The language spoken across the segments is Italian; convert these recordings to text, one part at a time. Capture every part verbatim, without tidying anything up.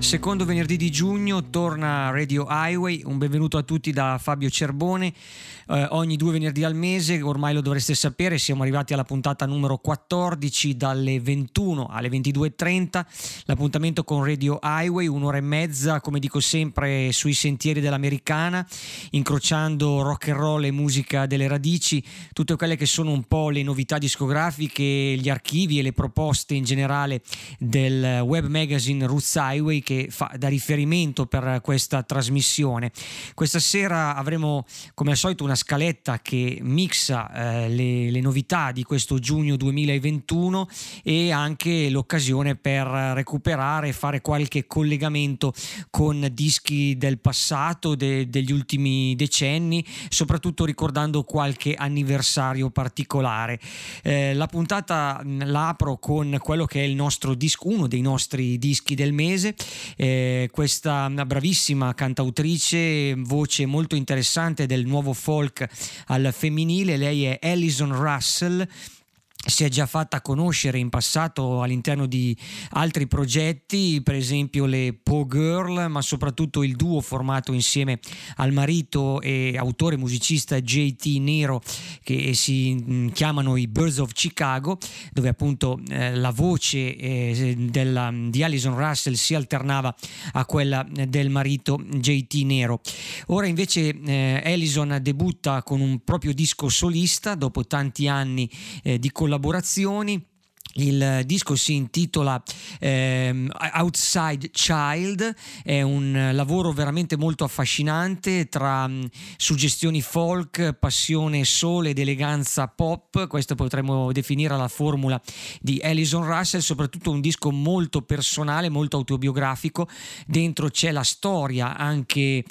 Secondo venerdì di giugno torna Radio Highway, un benvenuto a tutti da Fabio Cerbone. Eh, ogni due venerdì al mese, ormai lo dovreste sapere, siamo arrivati alla puntata numero quattordici, dalle ventuno alle ventidue e trenta. L'appuntamento con Radio Highway, un'ora e mezza, come dico sempre, sui sentieri dell'americana, incrociando rock and roll e musica delle radici, tutte quelle che sono un po' le novità discografiche, gli archivi e le proposte in generale del web magazine Roots Highway, che fa da riferimento per questa trasmissione. Questa sera avremo come al solito una scaletta che mixa eh, le, le novità di questo giugno duemilaventuno e anche l'occasione per recuperare e fare qualche collegamento con dischi del passato, de, degli ultimi decenni, soprattutto ricordando qualche anniversario particolare. Eh, la puntata la apro con quello che è il nostro disco, uno dei nostri dischi del mese. Eh, questa bravissima cantautrice, voce molto interessante del nuovo folk al femminile, lei è Alison Russell. Si è già fatta conoscere in passato all'interno di altri progetti, per esempio le Poe Girl, ma soprattutto il duo formato insieme al marito e autore musicista J T Nero, che si chiamano i Birds of Chicago, dove appunto eh, la voce eh, della, di Alison Russell si alternava a quella del marito J T Nero. Ora invece eh, Alison debutta con un proprio disco solista dopo tanti anni eh, di collaborazioni. Il disco si intitola eh, Outside Child, è un lavoro veramente molto affascinante tra mh, suggestioni folk, passione soul ed eleganza pop. Questa potremmo definire la formula di Alison Russell, soprattutto un disco molto personale, molto autobiografico. Dentro c'è la storia anche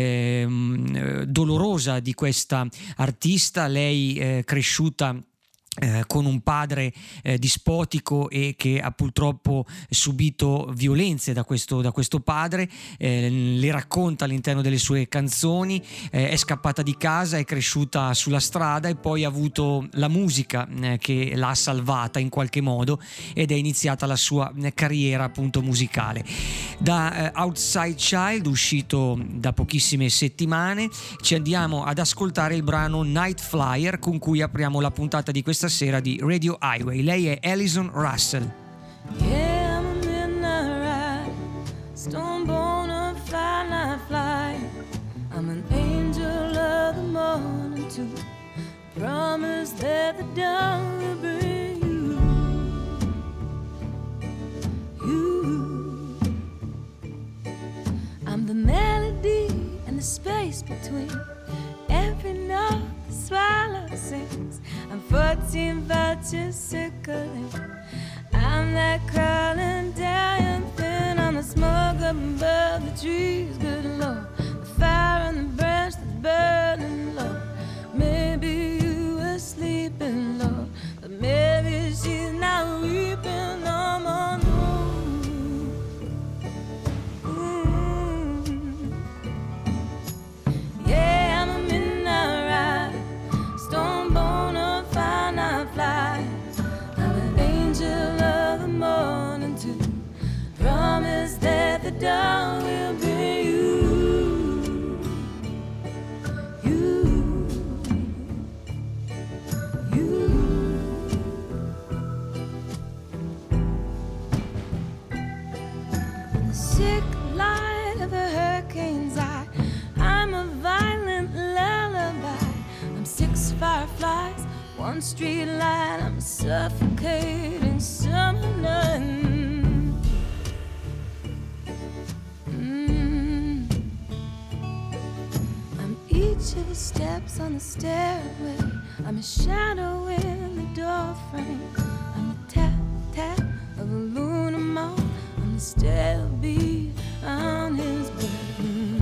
eh, dolorosa di questa artista, lei eh, cresciuta Eh, con un padre eh, dispotico e che ha purtroppo subito violenze da questo, da questo padre, eh, le racconta all'interno delle sue canzoni, eh, è scappata di casa, è cresciuta sulla strada e poi ha avuto la musica eh, che l'ha salvata in qualche modo ed è iniziata la sua eh, carriera appunto musicale. Da eh, Outside Child, uscito da pochissime settimane, ci andiamo ad ascoltare il brano Night Flyer, con cui apriamo la puntata di questa sera di Radio Highway. Lei è Alison Russell. Yeah, I'm a midnight ride, stone bona fide night fly. I'm an angel of the morning too. Promise that the dawn will bring you, you. I'm the melody and the space between every note the swallow sings. I'm fourteen vultures circling. I'm that crawling down thin on the smoke up above the trees. Good Lord, the fire on the branch that's burning low. Maybe you were sleeping, Lord, but maybe she's not weeping no more. No. Mm. Yeah, I'm a midnight rider, stone bona fide night fly. I'm an angel of the morning too. Promise that the dawn will bring you, you, you. In the sick light of a hurricane's eye, I'm a violent lullaby. I'm six fireflies, one street light. I'm a suffocating summer night. Mm. I'm each of the steps on the stairway. I'm a shadow in the doorframe. I'm the tap tap of a lunar moth on the stale beat on his bed. Mm.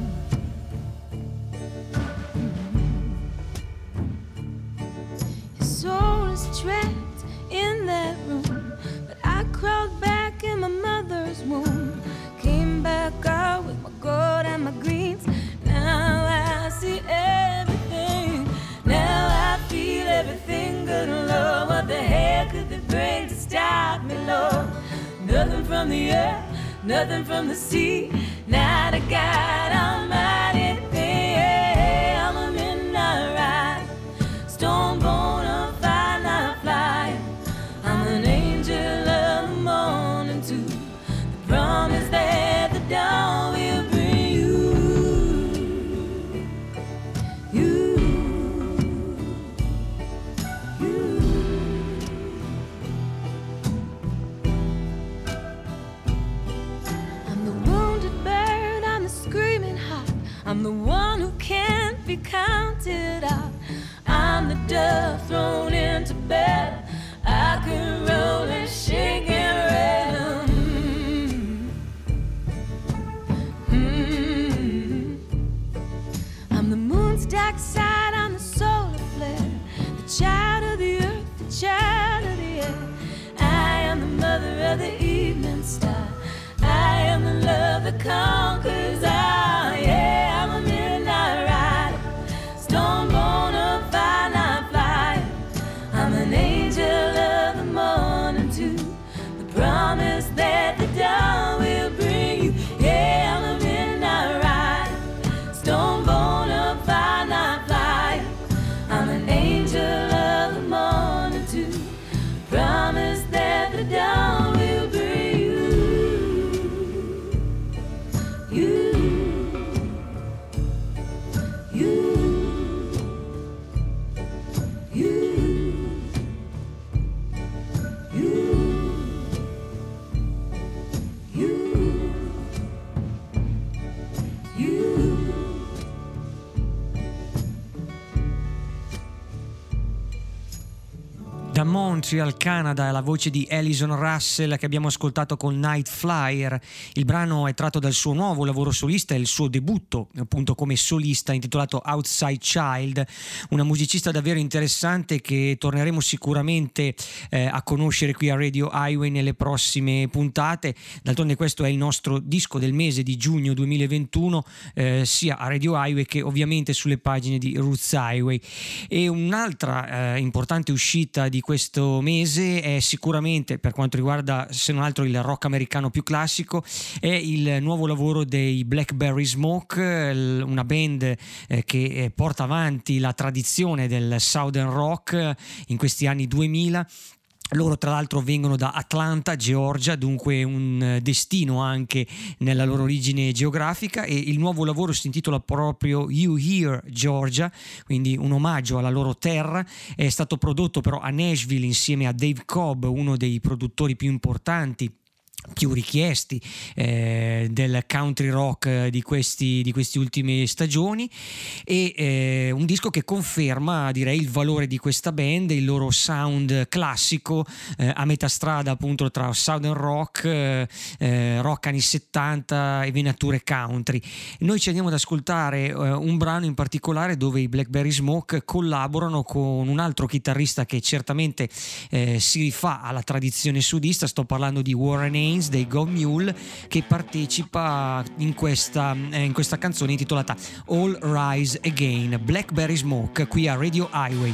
Soul is trapped in that room, but I crawled back in my mother's womb, came back out with my gold and my greens. Now I see everything, now I feel everything. Good Lord, what the hell could they bring to stop me, Lord? Nothing from the earth, nothing from the sea, not a God Almighty thing. I'm a midnight ride, stone born of fire, not flying. I'm an angel of the morning too. The promise that the dawn will bring you, you, you. I'm the wounded bird, I'm the screaming heart, I'm the one who can't be counted out. I'm the dove thrown into bed, I can roll and shake and rattle. Mm-hmm. I'm the moon's dark side, I'm the solar flare, the child of the earth, the child of the air. I am the mother of the evening star, I am the love that conquers all. Yeah, I'm a midnight rider, stone born of fire, not flying. I'm an angel of the morning too, the promise that the dawn will bring you. Yeah, I'm a midnight rider, stone born of fire, not flying. I'm an angel of the morning too, promise that the dawn will bring you, you, you, you. Da Montreal, Canada, è la voce di Alison Russell che abbiamo ascoltato con Night Flyer. Il brano è tratto dal suo nuovo lavoro solista, è il suo debutto appunto come solista, intitolato Outside Child, una musicista davvero interessante che torneremo sicuramente eh, a conoscere qui a Radio Highway nelle prossime puntate. D'altronde questo è il nostro disco del mese di giugno duemilaventuno, eh, sia a Radio Highway che ovviamente sulle pagine di Roots Highway. E un'altra eh, importante uscita di questo mese è sicuramente, per quanto riguarda se non altro il rock americano più classico, è il nuovo lavoro dei Blackberry Smoke, una band eh, che porta avanti la tradizione del Southern Rock in questi anni duemila. Loro tra l'altro vengono da Atlanta, Georgia, dunque un destino anche nella loro origine geografica, e il nuovo lavoro si intitola proprio You Here Georgia, quindi un omaggio alla loro terra. È stato prodotto però a Nashville insieme a Dave Cobb, uno dei produttori più importanti, più richiesti eh, del country rock di questi di queste ultime stagioni, e eh, un disco che conferma, direi, il valore di questa band, il loro sound classico eh, a metà strada appunto tra southern rock, eh, eh, rock anni settanta e venature country. Noi ci andiamo ad ascoltare eh, un brano in particolare dove i Blackberry Smoke collaborano con un altro chitarrista che certamente eh, si rifà alla tradizione sudista. Sto parlando di Warren Haynes dei Go Mule, che partecipa in questa, eh, in questa canzone intitolata All Rise Again. Blackberry Smoke qui a Radio Highway.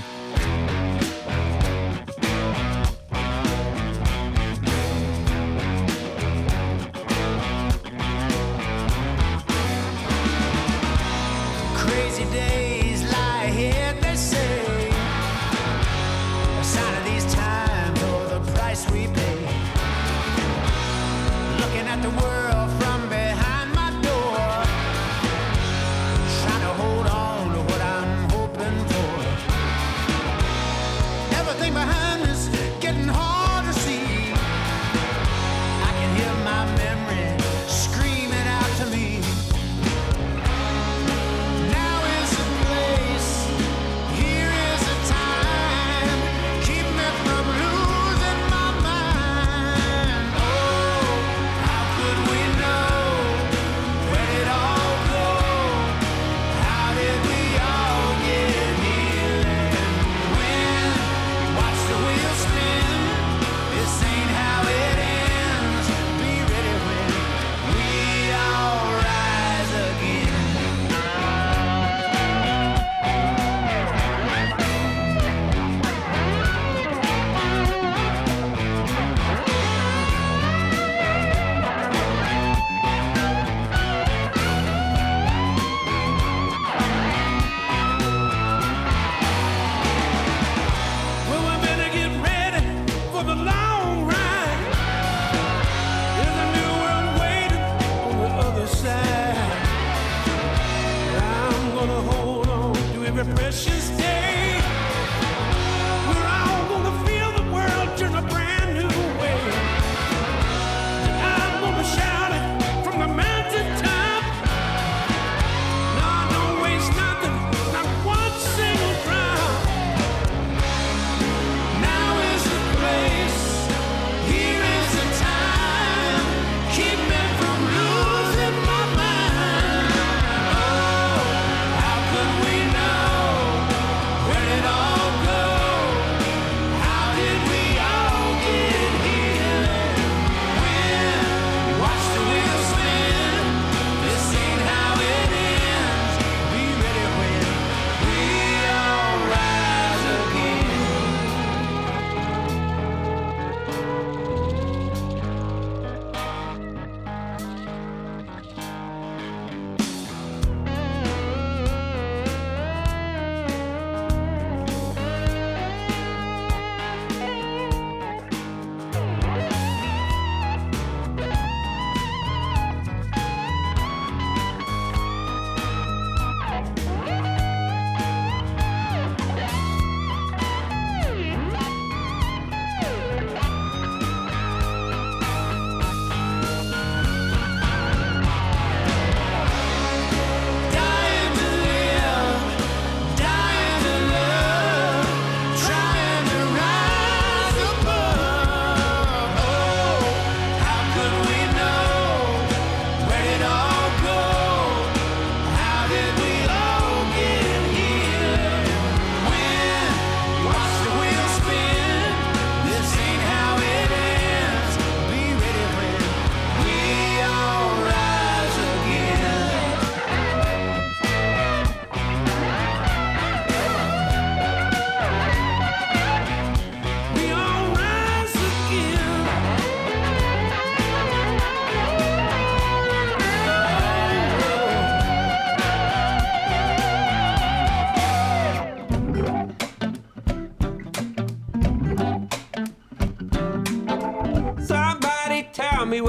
Hold on to what I'm hoping for.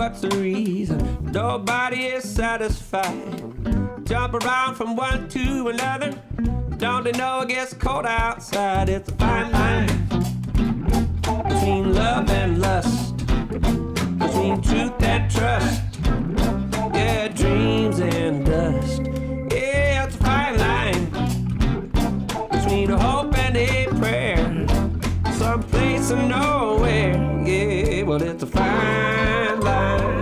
what's the reason nobody is satisfied. Jump around from one to another. Don't they know it gets cold outside? It's a fine line between love and lust, between truth and trust. Yeah, dreams and dust. Yeah, it's a fine line between a hope and a prayer. Someplace and nowhere. Yeah, well, it's a fine line.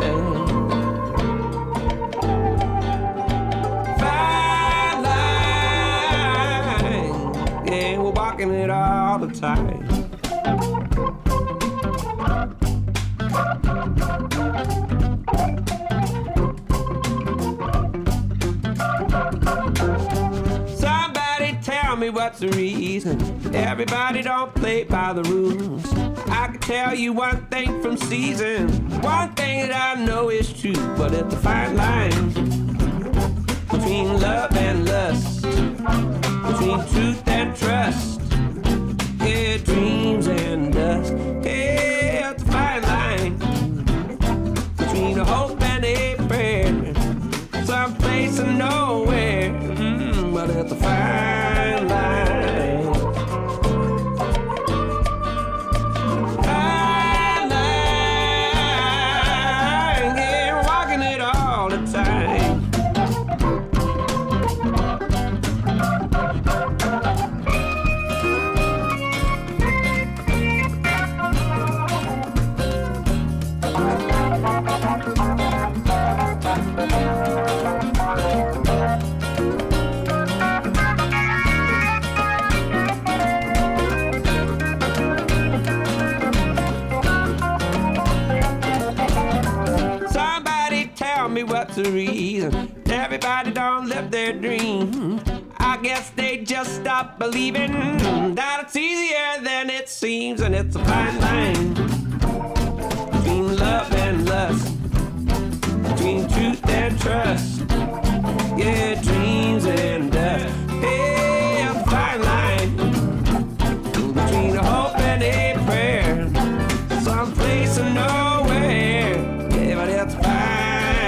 Fine line. Yeah, we're walking it all the time. Somebody tell me what's the reason everybody don't play by the rules. I can tell you one thing from season, one thing that I know is true, but it's a fine line between love and lust, between truth and trust. Yeah, dreams and dust. Yeah, it's a fine line between a hope and a prayer. Someplace and nowhere, mm, but it's a fine line. Fine line, yeah, we're walking it all the time. What's the reason everybody don't live their dream? I guess they just stop believing that it's easier than it seems, and it's a fine line between love and lust, between truth and trust. Yeah, dreams and dust. Hey, a fine line between a hope and a prayer. Someplace and nowhere. Yeah, but it's fine.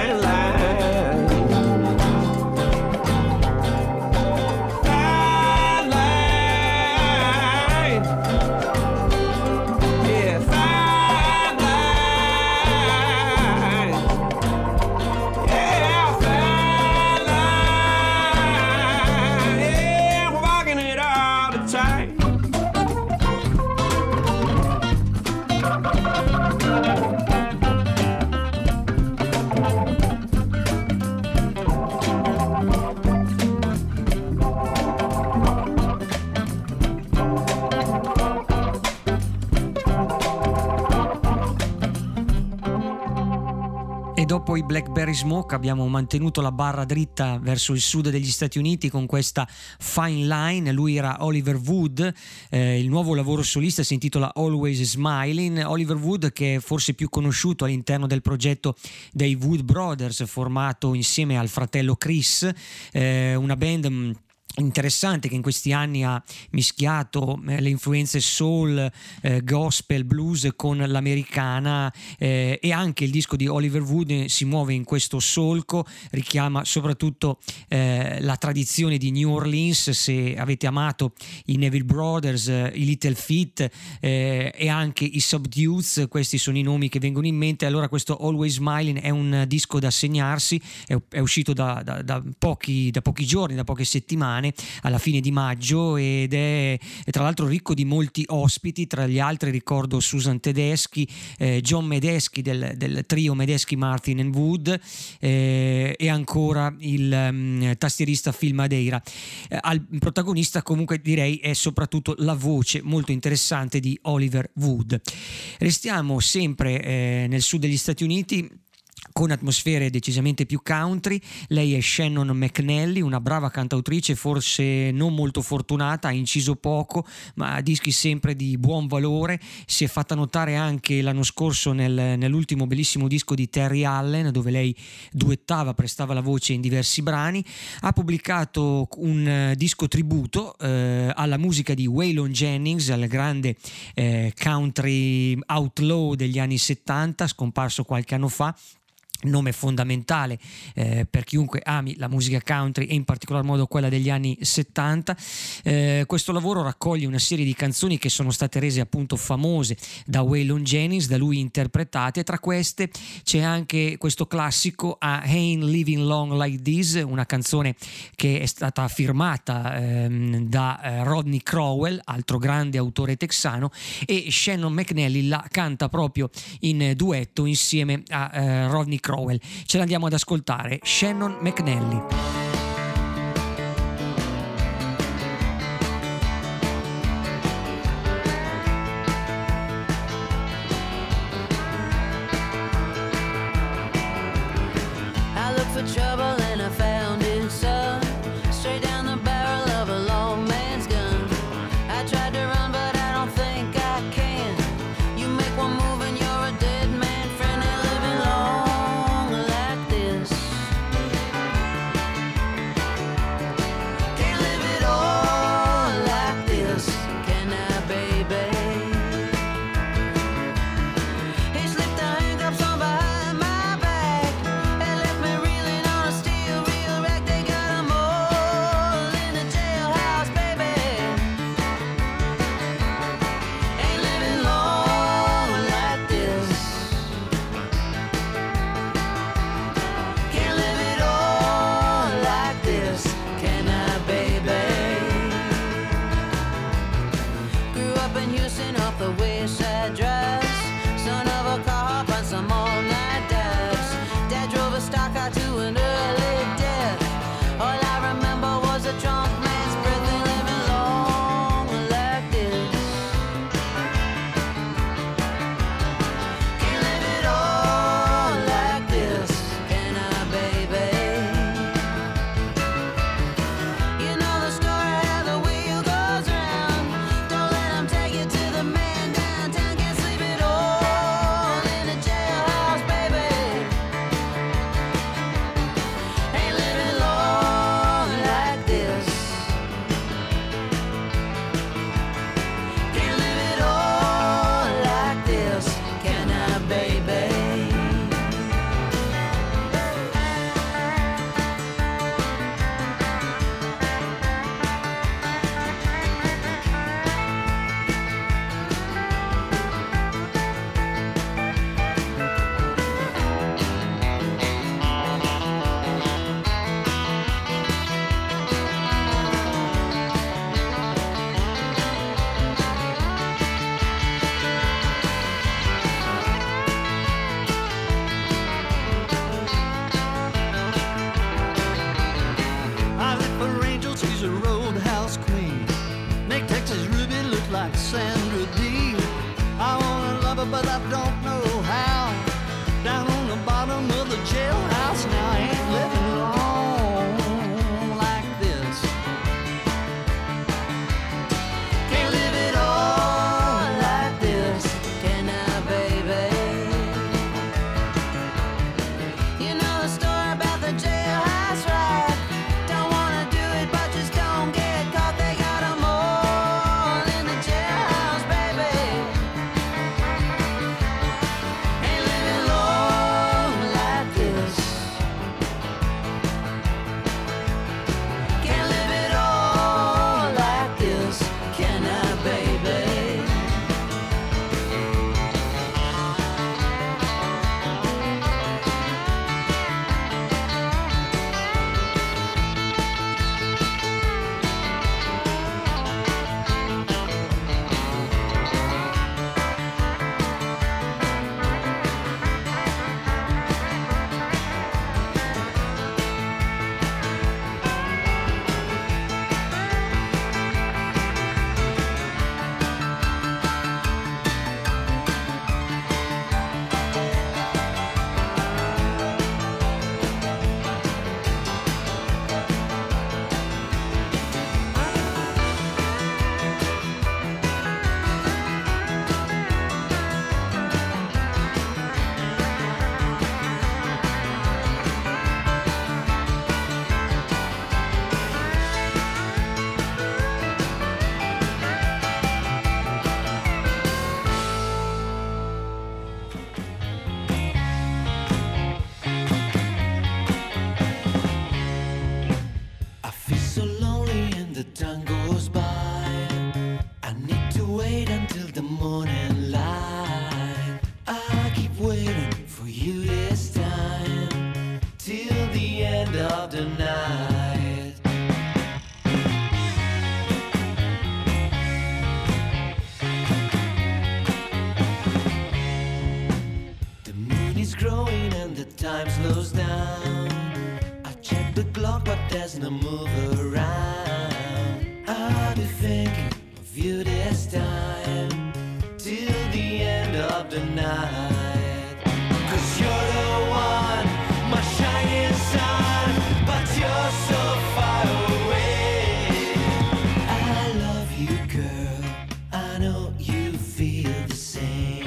Dopo i Blackberry Smoke abbiamo mantenuto la barra dritta verso il sud degli Stati Uniti con questa Fine Line. Lui era Oliver Wood, eh, il nuovo lavoro solista si intitola Always Smiling. Oliver Wood, che è forse più conosciuto all'interno del progetto dei Wood Brothers, formato insieme al fratello Chris, eh, una band mh, interessante che in questi anni ha mischiato eh, le influenze soul, eh, gospel, blues con l'americana, eh, e anche il disco di Oliver Wood si muove in questo solco, richiama soprattutto eh, la tradizione di New Orleans. Se avete amato i Neville Brothers, eh, i Little Feat eh, e anche i Subdues, questi sono i nomi che vengono in mente. Allora questo Always Smiling è un disco da segnarsi, è, è uscito da, da, da, pochi, da pochi giorni, da poche settimane, alla fine di maggio, ed è, è tra l'altro ricco di molti ospiti. Tra gli altri ricordo Susan Tedeschi, eh, John Medeschi del, del trio Medeschi, Martin and Wood, eh, e ancora il um, tastierista Phil Madeira. Eh, al protagonista comunque direi è soprattutto la voce molto interessante di Oliver Wood. Restiamo sempre eh, nel sud degli Stati Uniti con atmosfere decisamente più country. Lei è Shannon McNally, una brava cantautrice, forse non molto fortunata, ha inciso poco ma ha dischi sempre di buon valore. Si è fatta notare anche l'anno scorso nel, nell'ultimo bellissimo disco di Terry Allen, dove lei duettava, prestava la voce in diversi brani. Ha pubblicato un uh, disco tributo uh, alla musica di Waylon Jennings, al grande uh, country outlaw degli anni settanta, scomparso qualche anno fa. Nome fondamentale eh, per chiunque ami la musica country e in particolar modo quella degli anni settanta. Eh, questo lavoro raccoglie una serie di canzoni che sono state rese appunto famose da Waylon Jennings, da lui interpretate. Tra queste c'è anche questo classico I Ain't Living Long Like This, una canzone che è stata firmata ehm, da eh, Rodney Crowell, altro grande autore texano, e Shannon McNally la canta proprio in duetto insieme a eh, Rodney Crowell. Crowell. Ce l'andiamo ad ascoltare, Shannon McNally. I looked for trouble and I found it, son. Straight down the barrel of a long man's gun. I tried to run but I don't think I can. You make one move and you're a dead man, friend, ain't living long. Still of the night. The moon is growing and the time slows down. I check the clock but there's no move around. I'll be thinking of you this time till the end of the night. 'Cause you're the one, my shining sun, but you're so far away. I love you, girl, I know you feel the same.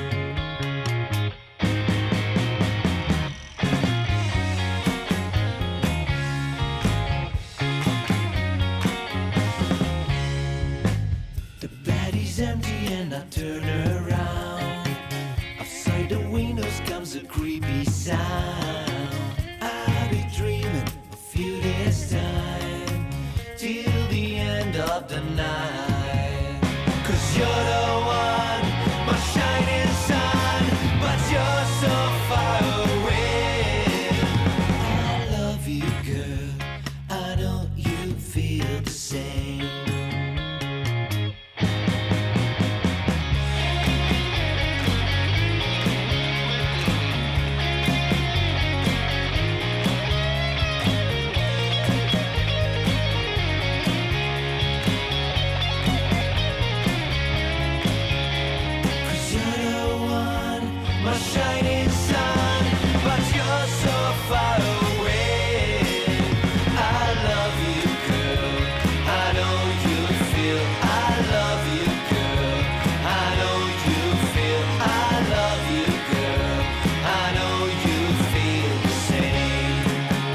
The bed is empty and I turn around. Outside the windows comes a creepy sound. I'll be dreaming of you this time till the end of the night. 'Cause you're the one, my shining sun, but you're so far away. I love you, girl, I know you feel the same. Shining sun, but you're so far away. I love you, girl, I know you feel. I love you, girl, I know you feel. I love you, girl, I know you feel the same.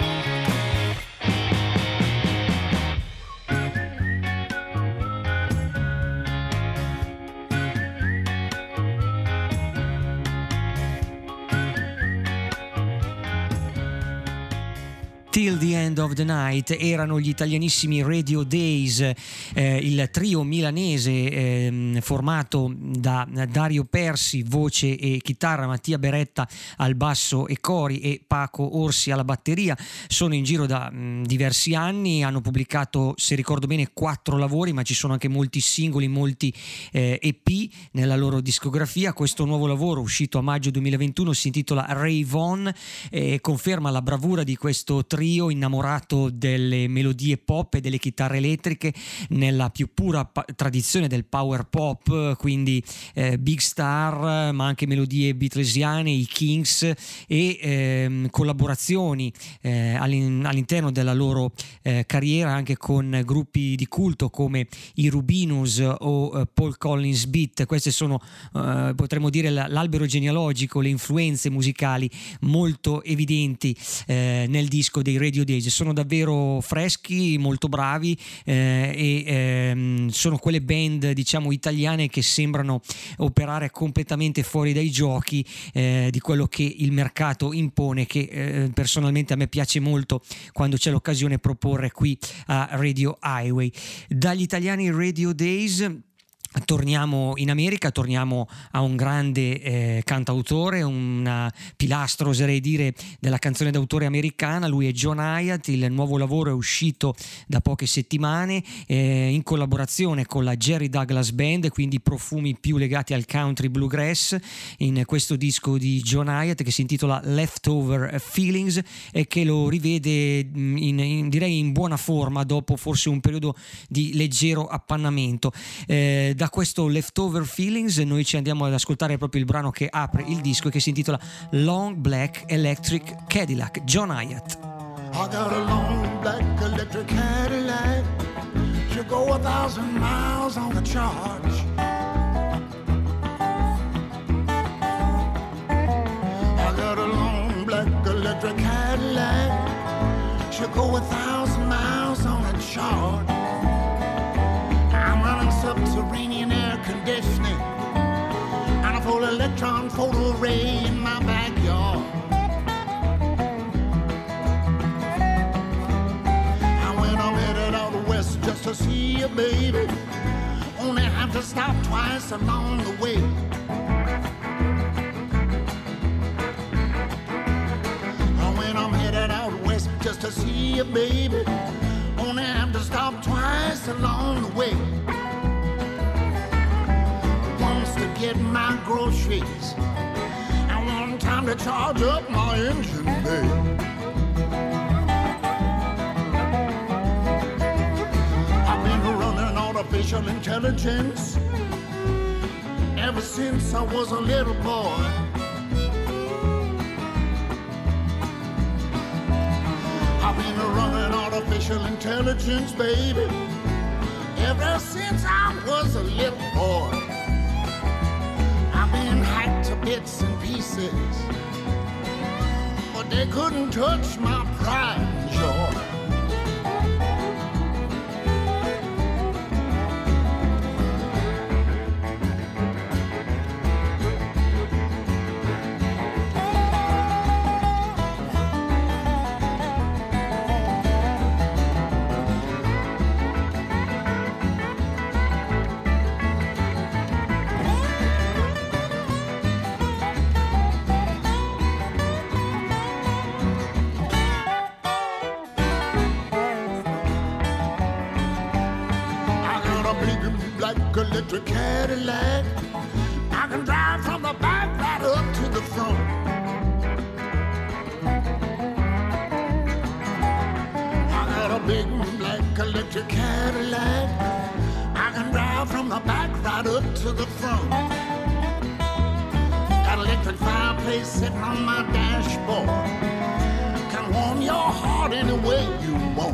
Till the End of the Night erano gli italianissimi Radio Days, eh, il trio milanese eh, formato da Dario Persi, voce e chitarra, Mattia Beretta al basso e cori e Paco Orsi alla batteria. Sono in giro da mh, diversi anni, hanno pubblicato, se ricordo bene, quattro lavori, ma ci sono anche molti singoli, molti eh, E P nella loro discografia. Questo nuovo lavoro, uscito a maggio duemilaventuno, si intitola Rave On e conferma la bravura di questo trio innamorato delle melodie pop e delle chitarre elettriche nella più pura pa- tradizione del power pop, quindi eh, Big Star, ma anche melodie beatlesiane, i Kings e ehm, collaborazioni eh, all'in- all'interno della loro eh, carriera anche con gruppi di culto come i Rubinus o eh, Paul Collins Beat. Queste sono eh, potremmo dire l- l'albero genealogico, le influenze musicali molto evidenti eh, nel disco dei Radio Days. Sono davvero freschi, molto bravi eh, e ehm, sono quelle band, diciamo, italiane che sembrano operare completamente fuori dai giochi eh, di quello che il mercato impone, che eh, personalmente a me piace molto quando c'è l'occasione proporre qui a Radio Highway. Dagli italiani Radio Days torniamo in America, torniamo a un grande eh, cantautore, un pilastro, oserei dire, della canzone d'autore americana. Lui è John Hiatt. Il nuovo lavoro è uscito da poche settimane eh, in collaborazione con la Jerry Douglas Band, quindi profumi più legati al country bluegrass in questo disco di John Hiatt che si intitola Leftover Feelings e che lo rivede in, in, direi in buona forma dopo forse un periodo di leggero appannamento. Eh, da questo Leftover Feelings noi ci andiamo ad ascoltare proprio il brano che apre il disco e che si intitola Long Black Electric Cadillac, John Hiatt. I got a long black electric Cadillac, should go a thousand miles on the charge. I got a long black electric Cadillac, should go a thousand miles on the charge. I'm running subterranean air conditioning and a full electron photo array in my backyard. And when I'm headed out west just to see you, baby, only have to stop twice along the way. And when I'm headed out west just to see you, baby. Only have to stop twice along the way. Once to get my groceries, and one time to charge up my engine bay. I've been running artificial intelligence ever since I was a little boy. I've been running artificial intelligence, baby, ever since I was a little boy. I've been hacked to bits and pieces, but they couldn't touch my pride and joy. Electric Cadillac, I can drive from the back right up to the front. I got a big black electric Cadillac, I can drive from the back right up to the front. Got electric fireplace sitting on my dashboard, can warm your heart any way you want.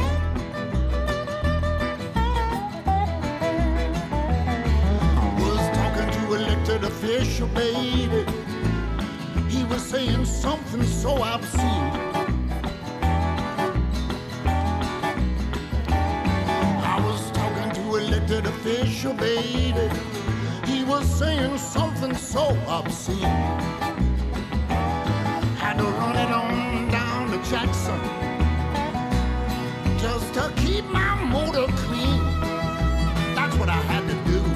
Elected official, baby, he was saying something so obscene. I was talking to elected official, baby, he was saying something so obscene. Had to run it on down to Jackson just to keep my motor clean. That's what I had to do.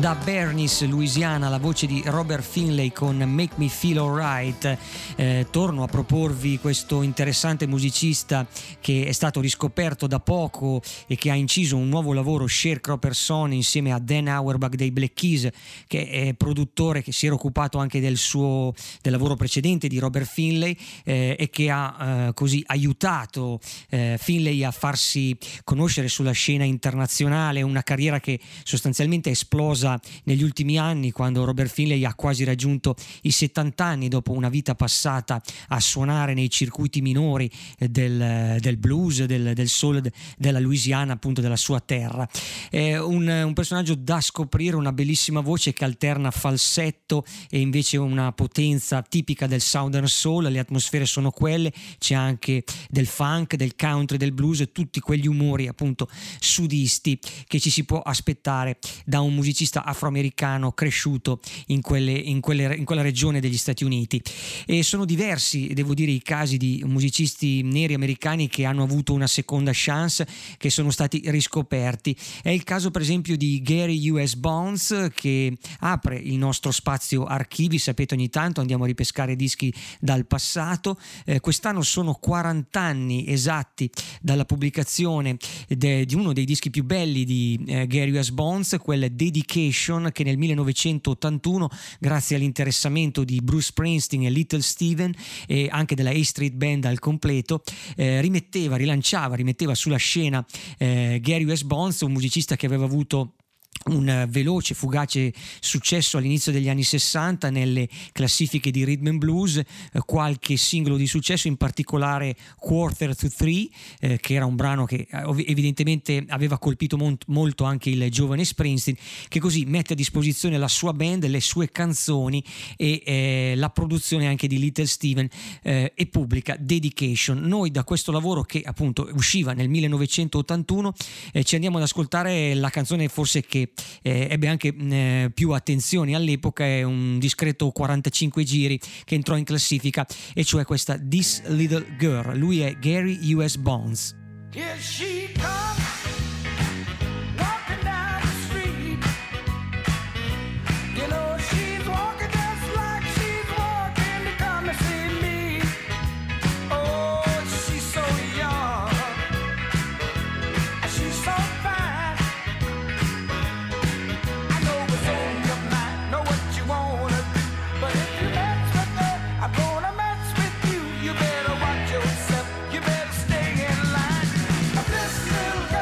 Da Bernice, Louisiana, la voce di Robert Finlay con Make Me Feel Alright. Eh, torno a proporvi questo interessante musicista che è stato riscoperto da poco e che ha inciso un nuovo lavoro, Sharecropper Song, insieme a Dan Auerbach dei Black Keys, che è produttore che si era occupato anche del suo del lavoro precedente di Robert Finlay, eh, e che ha eh, così aiutato eh, Finlay a farsi conoscere sulla scena internazionale, una carriera che sostanzialmente è esplosa negli ultimi anni, quando Robert Finlay ha quasi raggiunto i settanta anni, dopo una vita passata a suonare nei circuiti minori del, del blues, del, del soul della Louisiana, appunto della sua terra. È un, un personaggio da scoprire, una bellissima voce che alterna falsetto e invece una potenza tipica del Southern Soul. Le atmosfere sono quelle, c'è anche del funk, del country, del blues, tutti quegli umori appunto sudisti che ci si può aspettare da un musicista afroamericano cresciuto in, quelle, in, quelle, in quella regione degli Stati Uniti. E sono diversi, devo dire, i casi di musicisti neri americani che hanno avuto una seconda chance, che sono stati riscoperti. È il caso per esempio di Gary U S. Bonds, che apre il nostro spazio archivi. Sapete, ogni tanto andiamo a ripescare dischi dal passato. Eh, quest'anno sono quaranta anni esatti dalla pubblicazione de, di uno dei dischi più belli di eh, Gary U S. Bonds, quel Dedication, che nel millenovecentottantuno, grazie all'interessamento di Bruce Springsteen e Little Steven e anche della A Street Band al completo, eh, rimetteva, rilanciava, rimetteva sulla scena eh, Gary U S. Bonds, un musicista che aveva avuto un veloce, fugace successo all'inizio degli anni sessanta nelle classifiche di rhythm and blues, eh, qualche singolo di successo, in particolare Quarter to Three, eh, che era un brano che eh, evidentemente aveva colpito mon- molto anche il giovane Springsteen, che così mette a disposizione la sua band, le sue canzoni e eh, la produzione anche di Little Steven, eh, e pubblica Dedication. Noi da questo lavoro, che appunto usciva nel millenovecentottantuno, eh, ci andiamo ad ascoltare la canzone forse che Eh, ebbe anche eh, più attenzioni all'epoca. È un discreto quarantacinque giri che entrò in classifica, e cioè questa This Little Girl. Lui è Gary U S. Bonds. Here she comes, walking down the street. You know she's walking just like she's walking to come and see me. Oh, she's so young, and she's so fine. Little girl.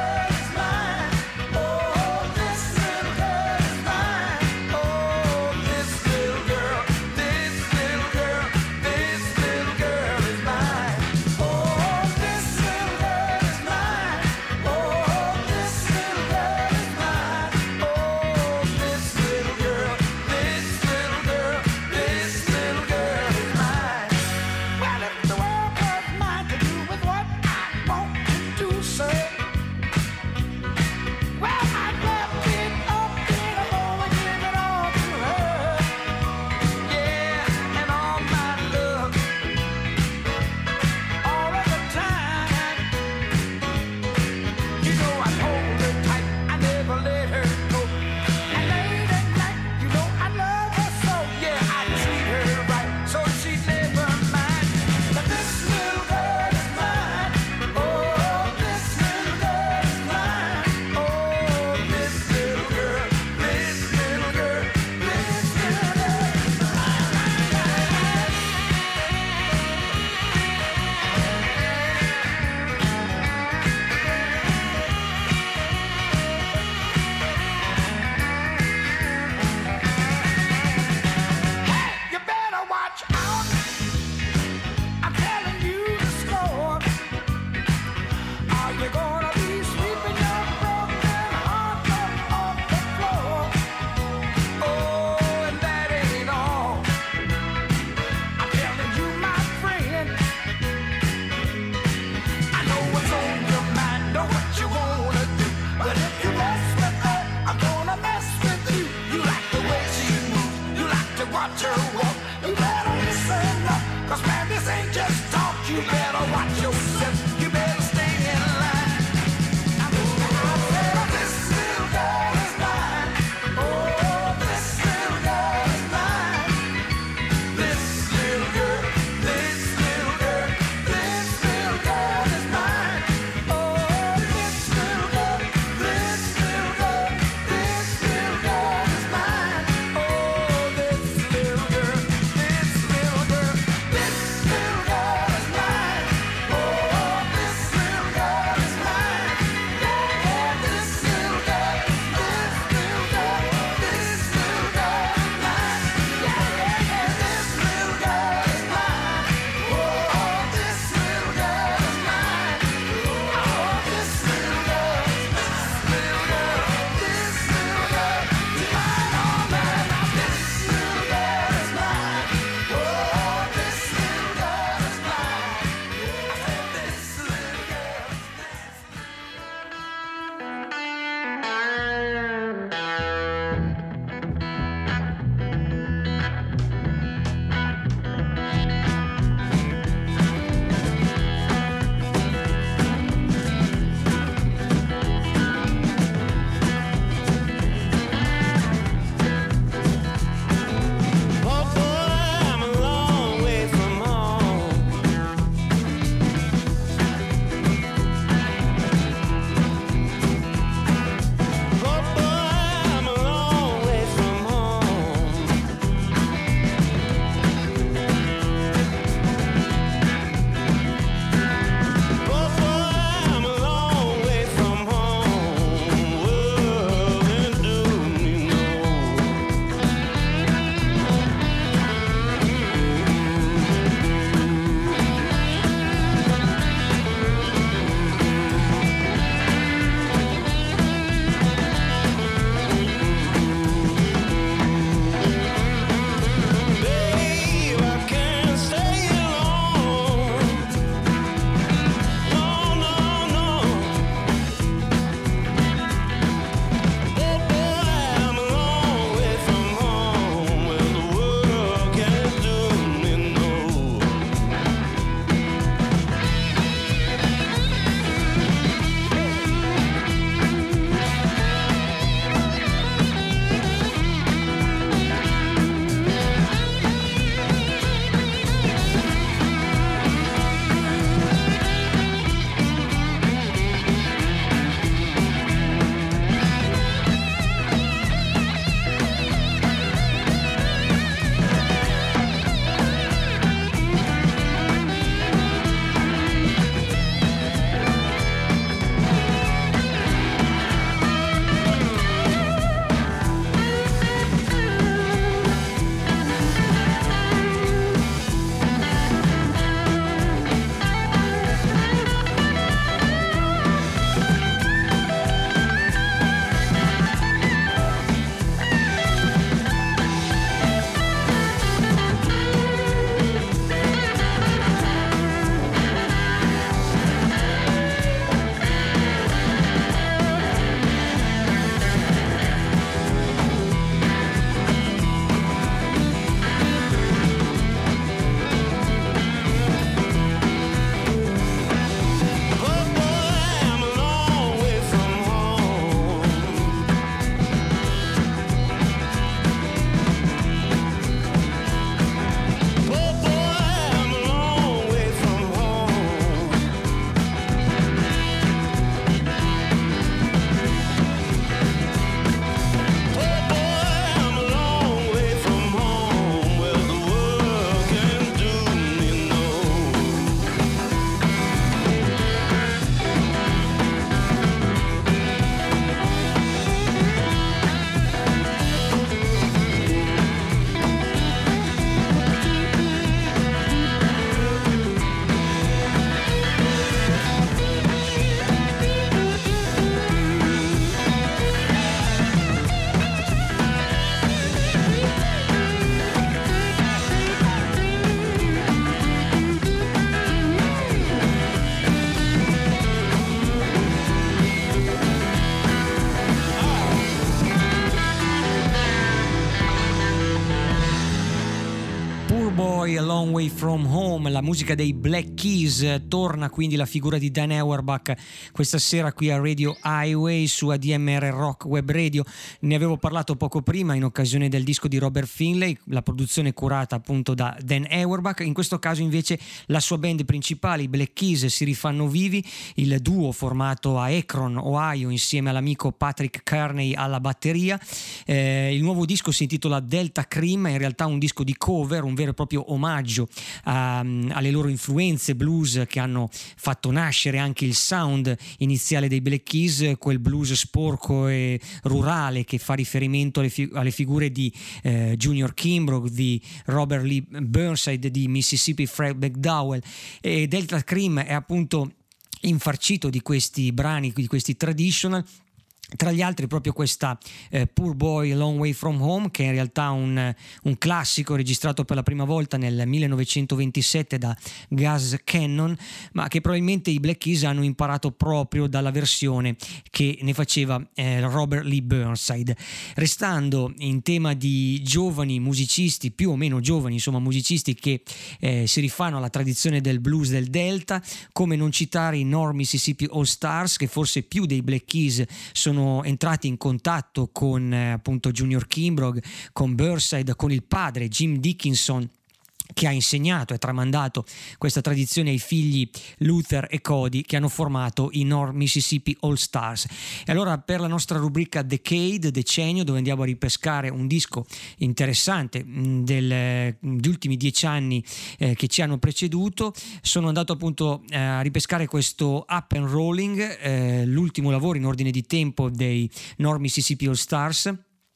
Boy A Long Way From Home, la musica dei Black Keys. Torna quindi la figura di Dan Auerbach questa sera qui a Radio Highway su A D M R Rock Web Radio. Ne avevo parlato poco prima in occasione del disco di Robert Finlay, la produzione curata appunto da Dan Auerbach. In questo caso invece la sua band principale, i Black Keys, si rifanno vivi. Il duo formato a Akron, Ohio, insieme all'amico Patrick Kearney alla batteria. Eh, il nuovo disco si intitola Delta Cream, è in realtà un disco di cover, un vero e proprio omaggio a, alle loro influenze blues che hanno fatto nascere anche il sound iniziale dei Black Keys, quel blues sporco e rurale che fa riferimento alle, fi- alle figure di eh, Junior Kimbrough, di Robert Lee Burnside, di Mississippi Fred McDowell. E Delta Cream è appunto infarcito di questi brani, di questi traditional. Tra gli altri proprio questa eh, Poor Boy A Long Way From Home, che è in realtà un, un classico registrato per la prima volta nel millenovecentoventisette da Gaz Cannon, ma che probabilmente i Black Keys hanno imparato proprio dalla versione che ne faceva eh, Robert Lee Burnside. Restando in tema di giovani musicisti, più o meno giovani insomma musicisti che eh, si rifanno alla tradizione del blues del Delta, come non citare i North Mississippi All Stars, che forse più dei Black Keys sono entrati in contatto con eh, appunto Junior Kimbrough, con Burnside, con il padre Jim Dickinson, che ha insegnato e tramandato questa tradizione ai figli Luther e Cody, che hanno formato i North Mississippi All Stars. E allora, per la nostra rubrica Decade, decennio, dove andiamo a ripescare un disco interessante del, degli ultimi dieci anni eh, che ci hanno preceduto, sono andato appunto eh, a ripescare questo Up and Rolling, eh, l'ultimo lavoro in ordine di tempo dei North Mississippi All Stars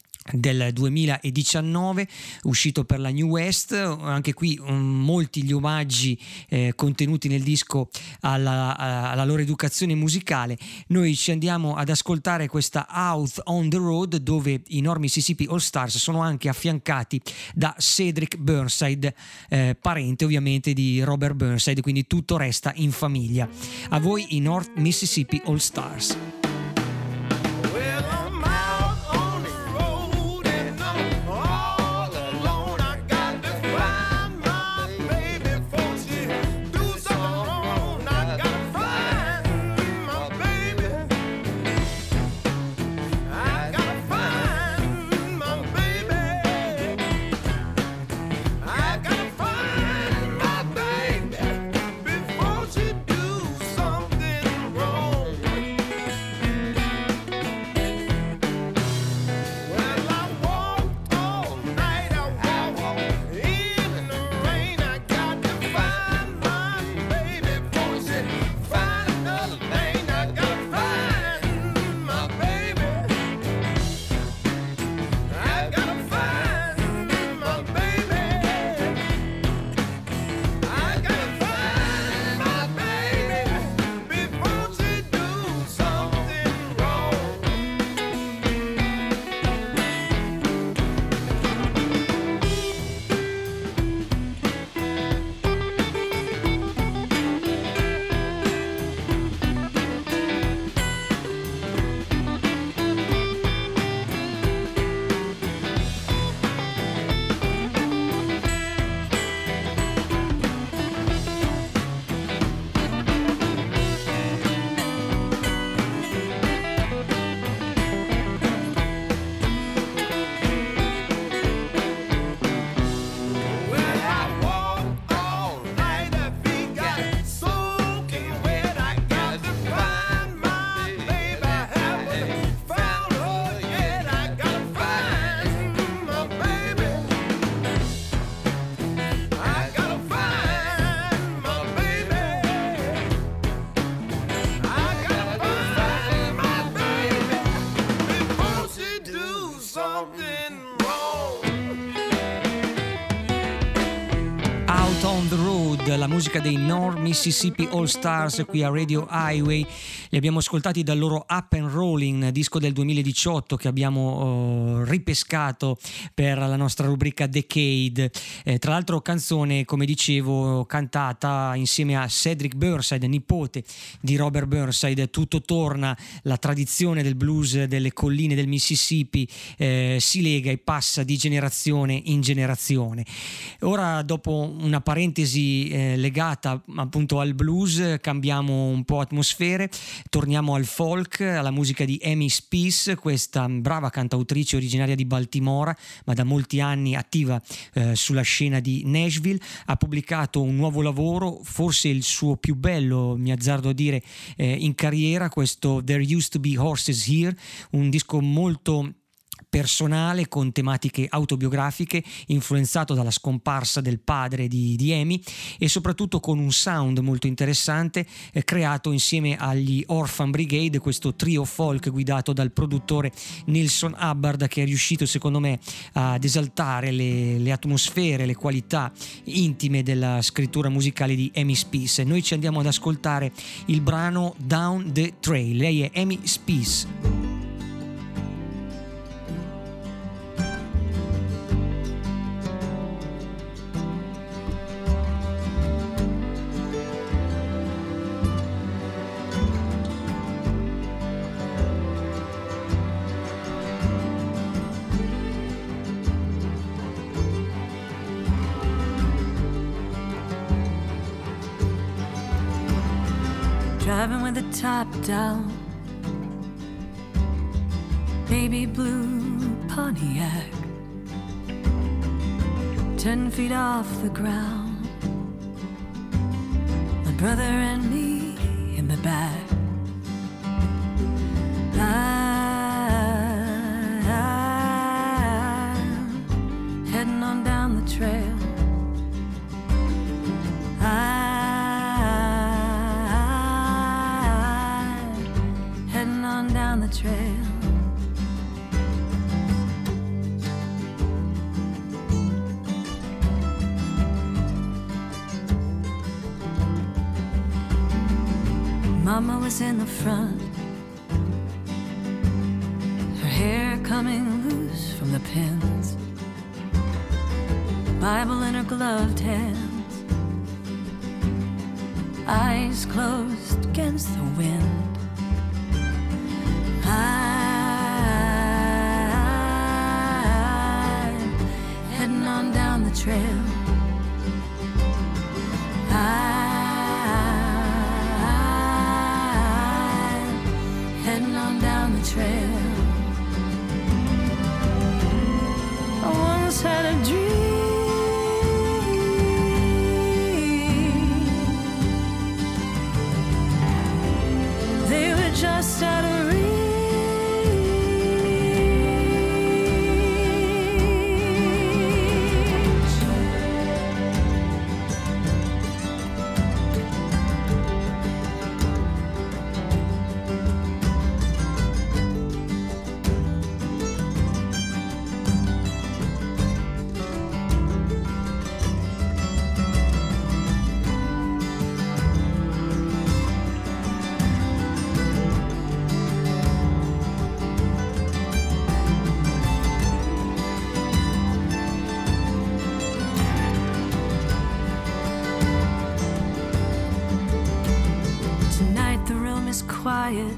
del duemiladiciannove, uscito per la New West. Anche qui um, molti gli omaggi eh, contenuti nel disco alla, alla loro educazione musicale. Noi ci andiamo ad ascoltare questa Out on the Road, dove i North Mississippi All Stars sono anche affiancati da Cedric Burnside, eh, parente ovviamente di Robert Burnside, quindi tutto resta in famiglia. A voi i North Mississippi All Stars. Out on the Road, la musica dei North Mississippi All Stars qui a Radio Highway. Li abbiamo ascoltati dal loro Up and Rolling, disco del duemiladiciotto che abbiamo uh, ripescato per la nostra rubrica Decade. Eh, tra l'altro canzone, come dicevo, cantata insieme a Cedric Burnside, nipote di Robert Burnside. Tutto torna, la tradizione del blues delle colline del Mississippi eh, si lega e passa di generazione in generazione. Ora, dopo una parentesi eh, legata appunto al blues, cambiamo un po' atmosfere, torniamo al folk, alla musica di Amy Speace, questa brava cantautrice originaria di Baltimora ma da molti anni attiva eh, sulla scena di Nashville. Ha pubblicato un nuovo lavoro, forse il suo più bello, mi azzardo a dire, eh, in carriera, questo There Used to Be Horses Here, un disco molto personale con tematiche autobiografiche, influenzato dalla scomparsa del padre di, di Amy, e soprattutto con un sound molto interessante eh, creato insieme agli Orphan Brigade, questo trio folk guidato dal produttore Nelson Hubbard, che è riuscito secondo me ad esaltare le, le atmosfere, le qualità intime della scrittura musicale di Amy Speace. Noi ci andiamo ad ascoltare il brano Down the Trail. Lei è Amy Speace. Driving with the top down, baby blue Pontiac, ten feet off the ground, my brother and me in the back. I'm heading on down the trail. I down the trail. Mama was in the front, her hair coming loose from the pins, Bible in her gloved hands, eyes closed against the wind. I'm heading on down the trail. I'm heading on down the trail. I once had a dream. They were just out of reach. Quiet.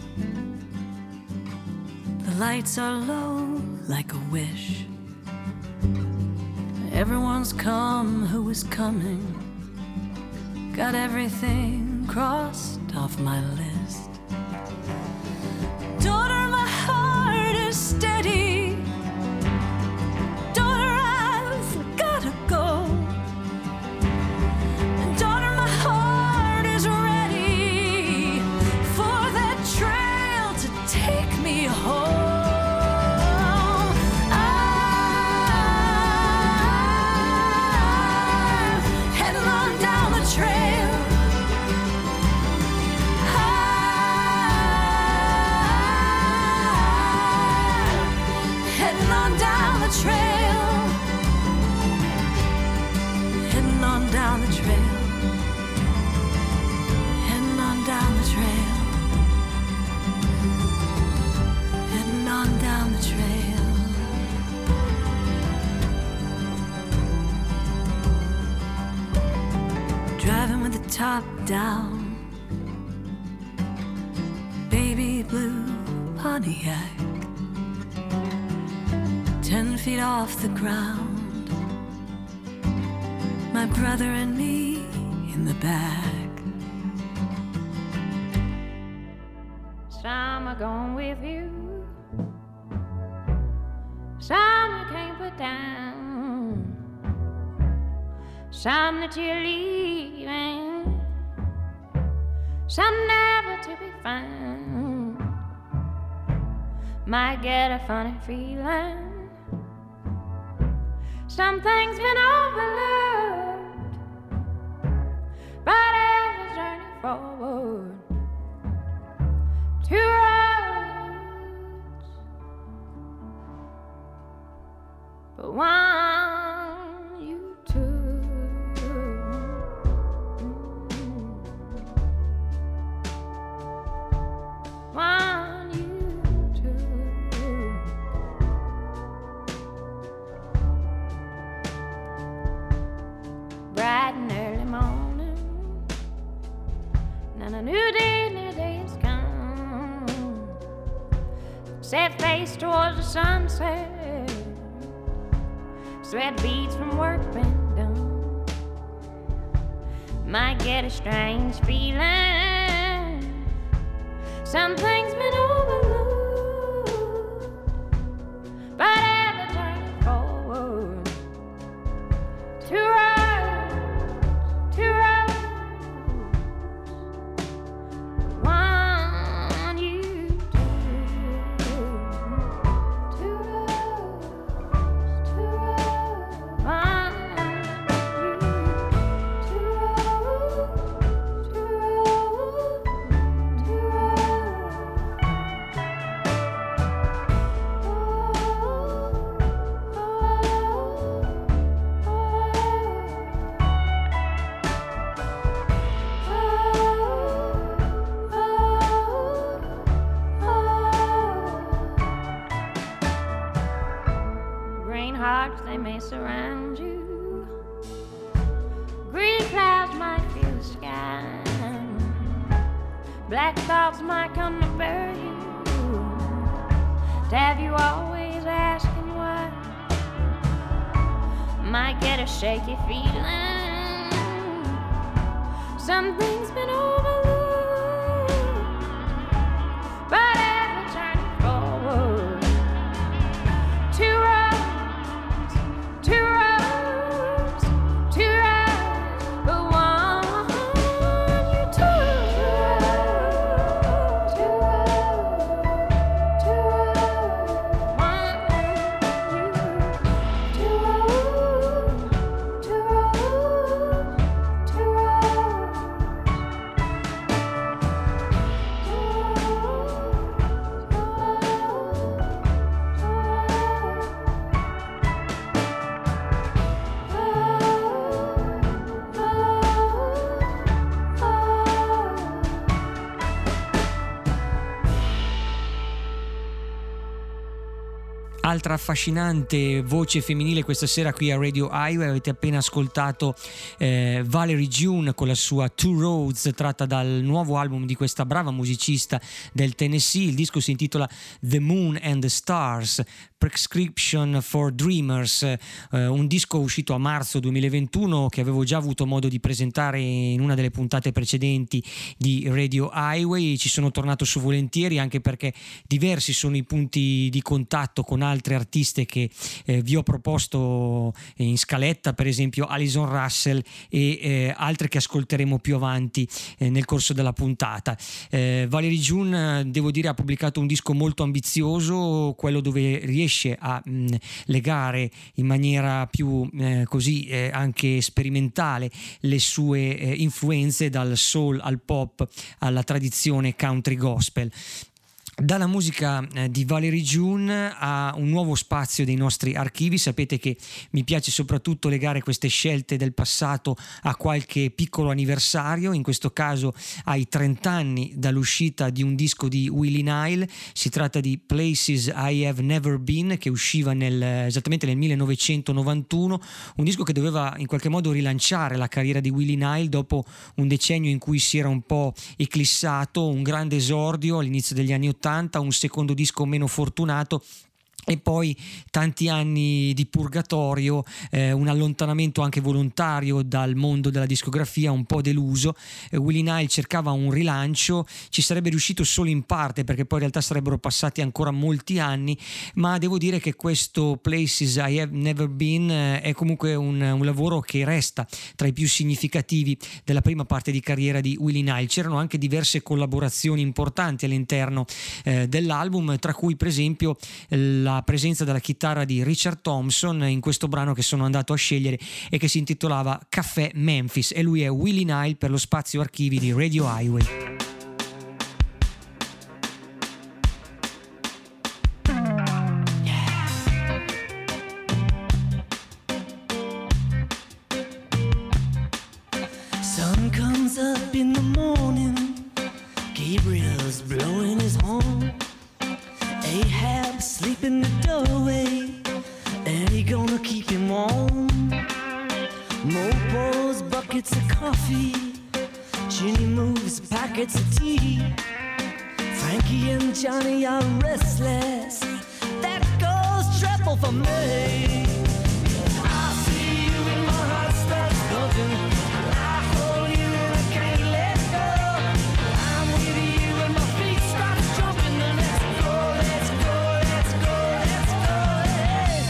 The lights are low like a wish. Everyone's come who is coming. Got everything crossed off my list. Daughter, my heart is steady. Daughter, I've gotta go. Daughter, my heart is ready for that trail to take me home. I'm heading on down the trail. I'm top down, baby blue Pontiac, ten feet off the ground, my brother and me in the back. Some are going with you, some you can't put down, some that you're leaving, some never to be found. Might get a funny feeling, something's been overlooked, but every journey forward, two roads, but one you took. One you took. Bright and early morning, and a new day, new day is come. Set face towards the sunset, sweat beads from work been done. Might get a strange feeling, something's been overlooked, but ever turning forward, two roads, two roads, one you took. Two roads, two roads, one you, two roads, two roads, two green hearts, they may surround you, green clouds might fill the sky, black thoughts might come to bury you, to have you always asking why. Might get a shaky feeling, something's been overlooked, but ever turning forward, two roads, two roads, two roads, but one you took. Two roads, two roads, one you, two roads, two roads, two roads. Altra affascinante voce femminile questa sera qui a Radio Highway. Avete appena ascoltato eh, Valerie June con la sua Two Roads, tratta dal nuovo album di questa brava musicista del Tennessee. Il disco si intitola The Moon and the Stars, Prescription for Dreamers, eh, un disco uscito a marzo duemilaventuno che avevo già avuto modo di presentare in una delle puntate precedenti di Radio Highway. Ci sono tornato su volentieri, anche perché diversi sono i punti di contatto con altre artiste che eh, vi ho proposto in scaletta, per esempio Alison Russell e eh, altre che ascolteremo più avanti eh, nel corso della puntata. eh, Valerie June, devo dire, ha pubblicato un disco molto ambizioso, quello dove riesce a mh, legare in maniera più eh, così eh, anche sperimentale le sue eh, influenze dal soul al pop alla tradizione country gospel. Dalla musica di Valerie June a un nuovo spazio dei nostri archivi. Sapete che mi piace soprattutto legare queste scelte del passato a qualche piccolo anniversario, in questo caso ai trenta anni dall'uscita di un disco di Willie Nile. Si tratta di Places I Have Never Been, che usciva nel, esattamente nel millenovecentonovantuno, un disco che doveva in qualche modo rilanciare la carriera di Willie Nile dopo un decennio in cui si era un po' eclissato, un grande esordio all'inizio degli anni ottanta, un secondo disco meno fortunato e poi tanti anni di purgatorio, eh, un allontanamento anche volontario dal mondo della discografia, un po' deluso. eh, Willie Nile cercava un rilancio, ci sarebbe riuscito solo in parte perché poi in realtà sarebbero passati ancora molti anni, ma devo dire che questo Places I Have Never Been eh, è comunque un, un lavoro che resta tra i più significativi della prima parte di carriera di Willie Nile. C'erano anche diverse collaborazioni importanti all'interno eh, dell'album, tra cui per esempio la presenza della chitarra di Richard Thompson in questo brano che sono andato a scegliere e che si intitolava Caffè Memphis, e lui è Willie Nile per lo spazio archivi di Radio Highway. Sun comes up in the morning, Gabriel's blowing his horn, Ahab sleep in the doorway, and he gonna keep him warm. Mo pours buckets of coffee, Ginny moves packets of tea. Frankie and Johnny are restless, that goes triple for me. I see you and my heart starts pumping, I hold you and I can't let go. I'm with you and my feet start jumping, and let's go, let's go, let's go, let's go, hey.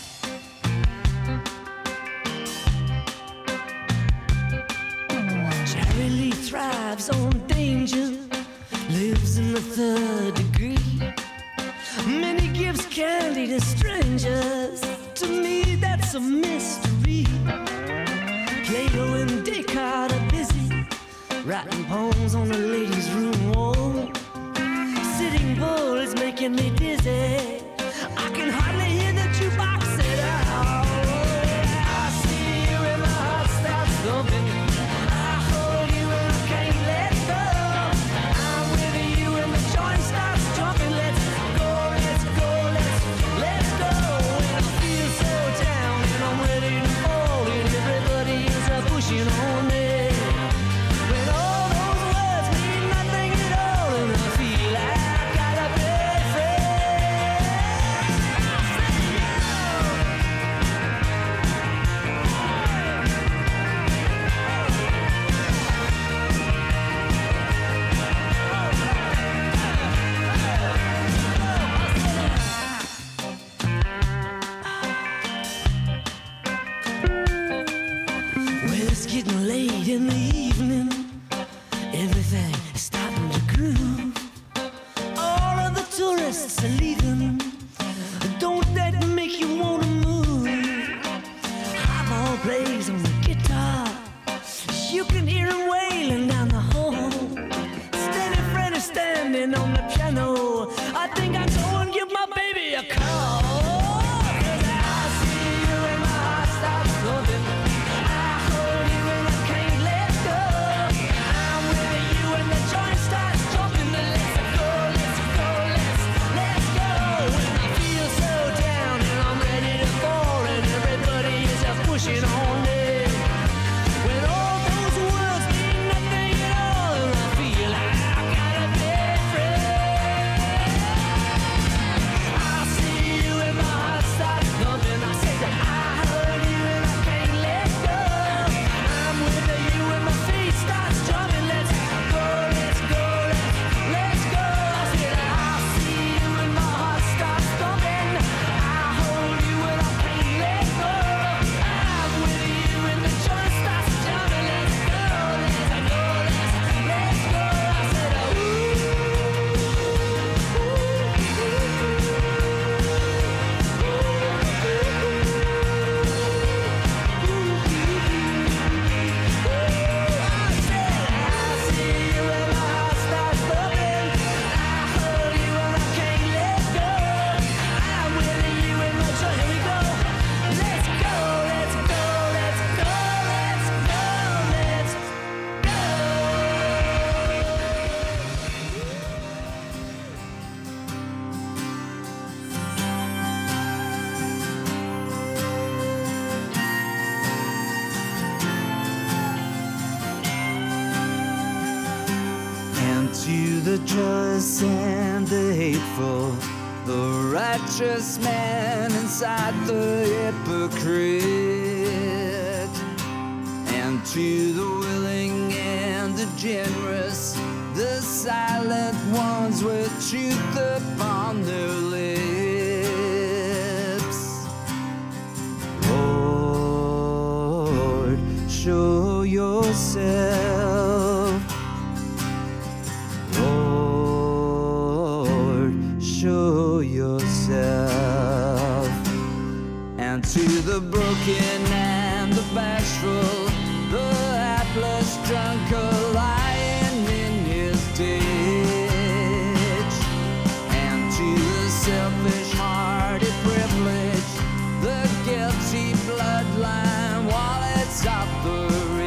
Jerry Lee thrives on danger, lives in the third degree. Many gives candy to strangers, to me that's a mystery. Plato and Descartes are busy, writing poems on the ladies' room wall. Sitting Bull is making me dizzy, I can hardly hear the jukebox at all. I see you and my heart starts thumping, I hold you and I can't let go. I'm with you and the joint starts jumping, let's go, let's go, let's, let's go. And I feel so down and I'm ready to fall, and everybody is uh, pushing on me. When all those words mean nothing at all, and I feel like I gotta be free. Well, it's getting late in the evening, everything is starting to groove. All of the tourists are leaving, don't that make you wanna move? Highball plays on the guitar, you can hear him wailing down the hall. Steady Freddy standing on the piano, I think I'll go and give my baby a call. 'Cause I see you and my heart stops thumping, I hold you and I can't let go. To the just and the hateful, the righteous man inside the hypocrite, and to the willing and the generous, the silent ones with truth upon their lips. Lord, show yourself. Lord, show yourself. And to the broken and the bashful, the hapless drunk lying in his ditch, and to the selfish-hearted privileged, the guilty bloodline wallets of the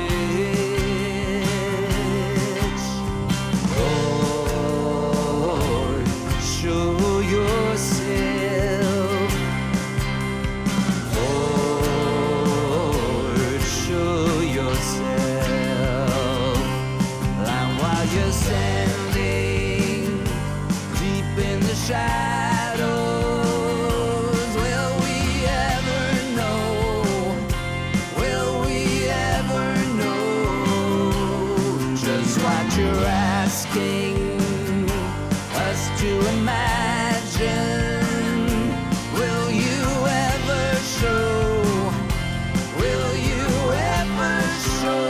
rich. Lord, show yourself. Lord, show yourself. And while you're standing deep in the shadows, will we ever know? Will we ever know just what you're asking us to imagine? Will you ever show? Will you ever show?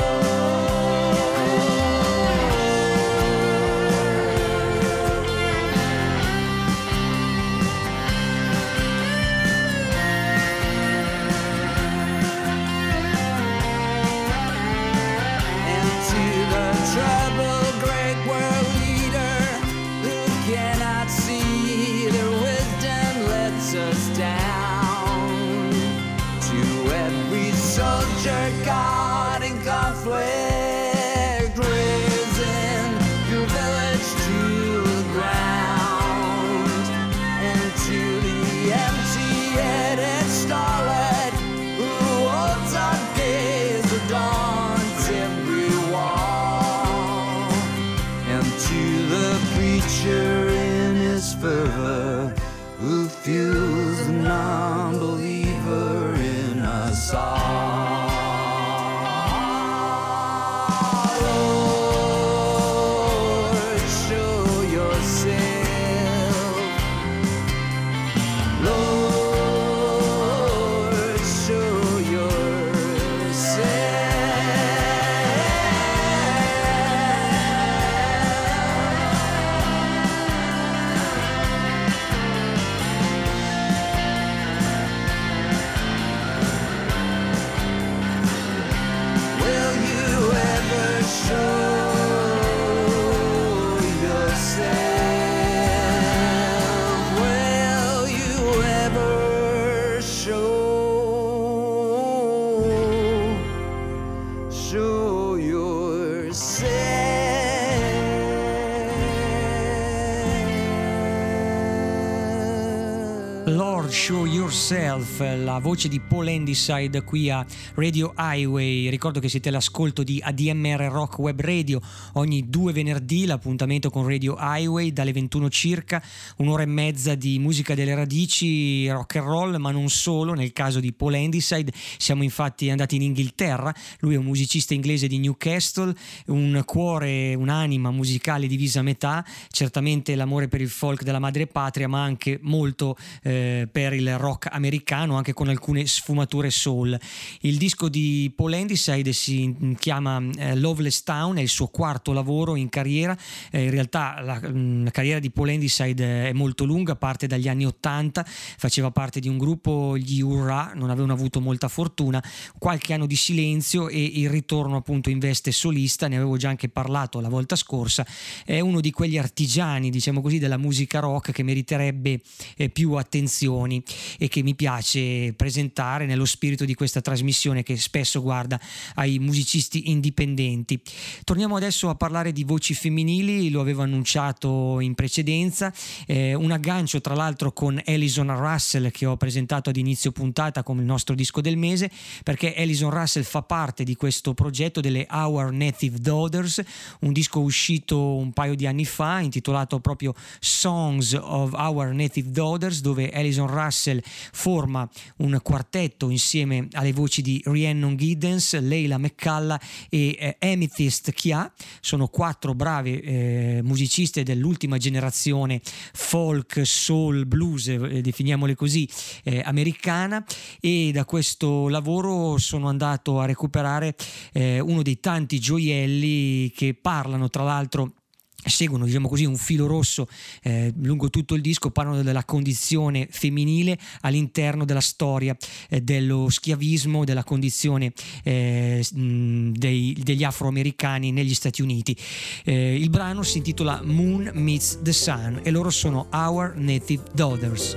And to the troubled great world leader who cannot see their wisdom lets us down. To every soldier caught in conflict, risen your village to the ground. And to the empty-headed starlet who holds our gaze adorns every wall. And to the preacher in his fervor who fuels the non-believer in us all. Lord, show yourself. Lord, show yourself. Will you ever show yourself? Will you ever show show yourself? Lord, show yourself, la voce di Paul Handyside qui a Radio Highway. Ricordo che siete all'ascolto di A D M R Rock Web Radio ogni due venerdì, l'appuntamento con Radio Highway dalle ventuno circa, un'ora e mezza di musica delle radici, rock and roll, ma non solo. Nel caso di Paul Handyside siamo infatti andati in Inghilterra. Lui è un musicista inglese di Newcastle, un cuore, un'anima musicale divisa a metà, certamente l'amore per il folk della madre patria, ma anche molto eh, per il rock americano, anche con alcune sfumature soul. Il disco di Paul Handyside si chiama eh, Loveless Town, è il suo quarto lavoro in carriera. Eh, in realtà la, la carriera di Paul Handyside è molto lunga, parte dagli anni ottanta, faceva parte di un gruppo, gli Urrà, non avevano avuto molta fortuna, qualche anno di silenzio e il ritorno appunto in veste solista. Ne avevo già anche parlato la volta scorsa. È uno di quegli artigiani, diciamo così, della musica rock che meriterebbe eh, più attenzioni. giovani e che mi piace presentare nello spirito di questa trasmissione che spesso guarda ai musicisti indipendenti. Torniamo adesso a parlare di voci femminili, lo avevo annunciato in precedenza, eh, un aggancio tra l'altro con Alison Russell che ho presentato ad inizio puntata come il nostro disco del mese, perché Alison Russell fa parte di questo progetto delle Our Native Daughters, un disco uscito un paio di anni fa intitolato proprio Songs of Our Native Daughters, dove Alison Russell forma un quartetto insieme alle voci di Rhiannon Giddens, Leila McCalla e eh, Amethyst Kia. Sono quattro brave eh, musiciste dell'ultima generazione folk, soul, blues, eh, definiamole così, eh, americana, e da questo lavoro sono andato a recuperare eh, uno dei tanti gioielli che parlano, tra l'altro seguono, diciamo così, un filo rosso eh, lungo tutto il disco, parlano della condizione femminile all'interno della storia eh, dello schiavismo, della condizione eh, dei, degli afroamericani negli Stati Uniti. Eh, il brano si intitola Moon Meets the Sun e loro sono Our Native Daughters.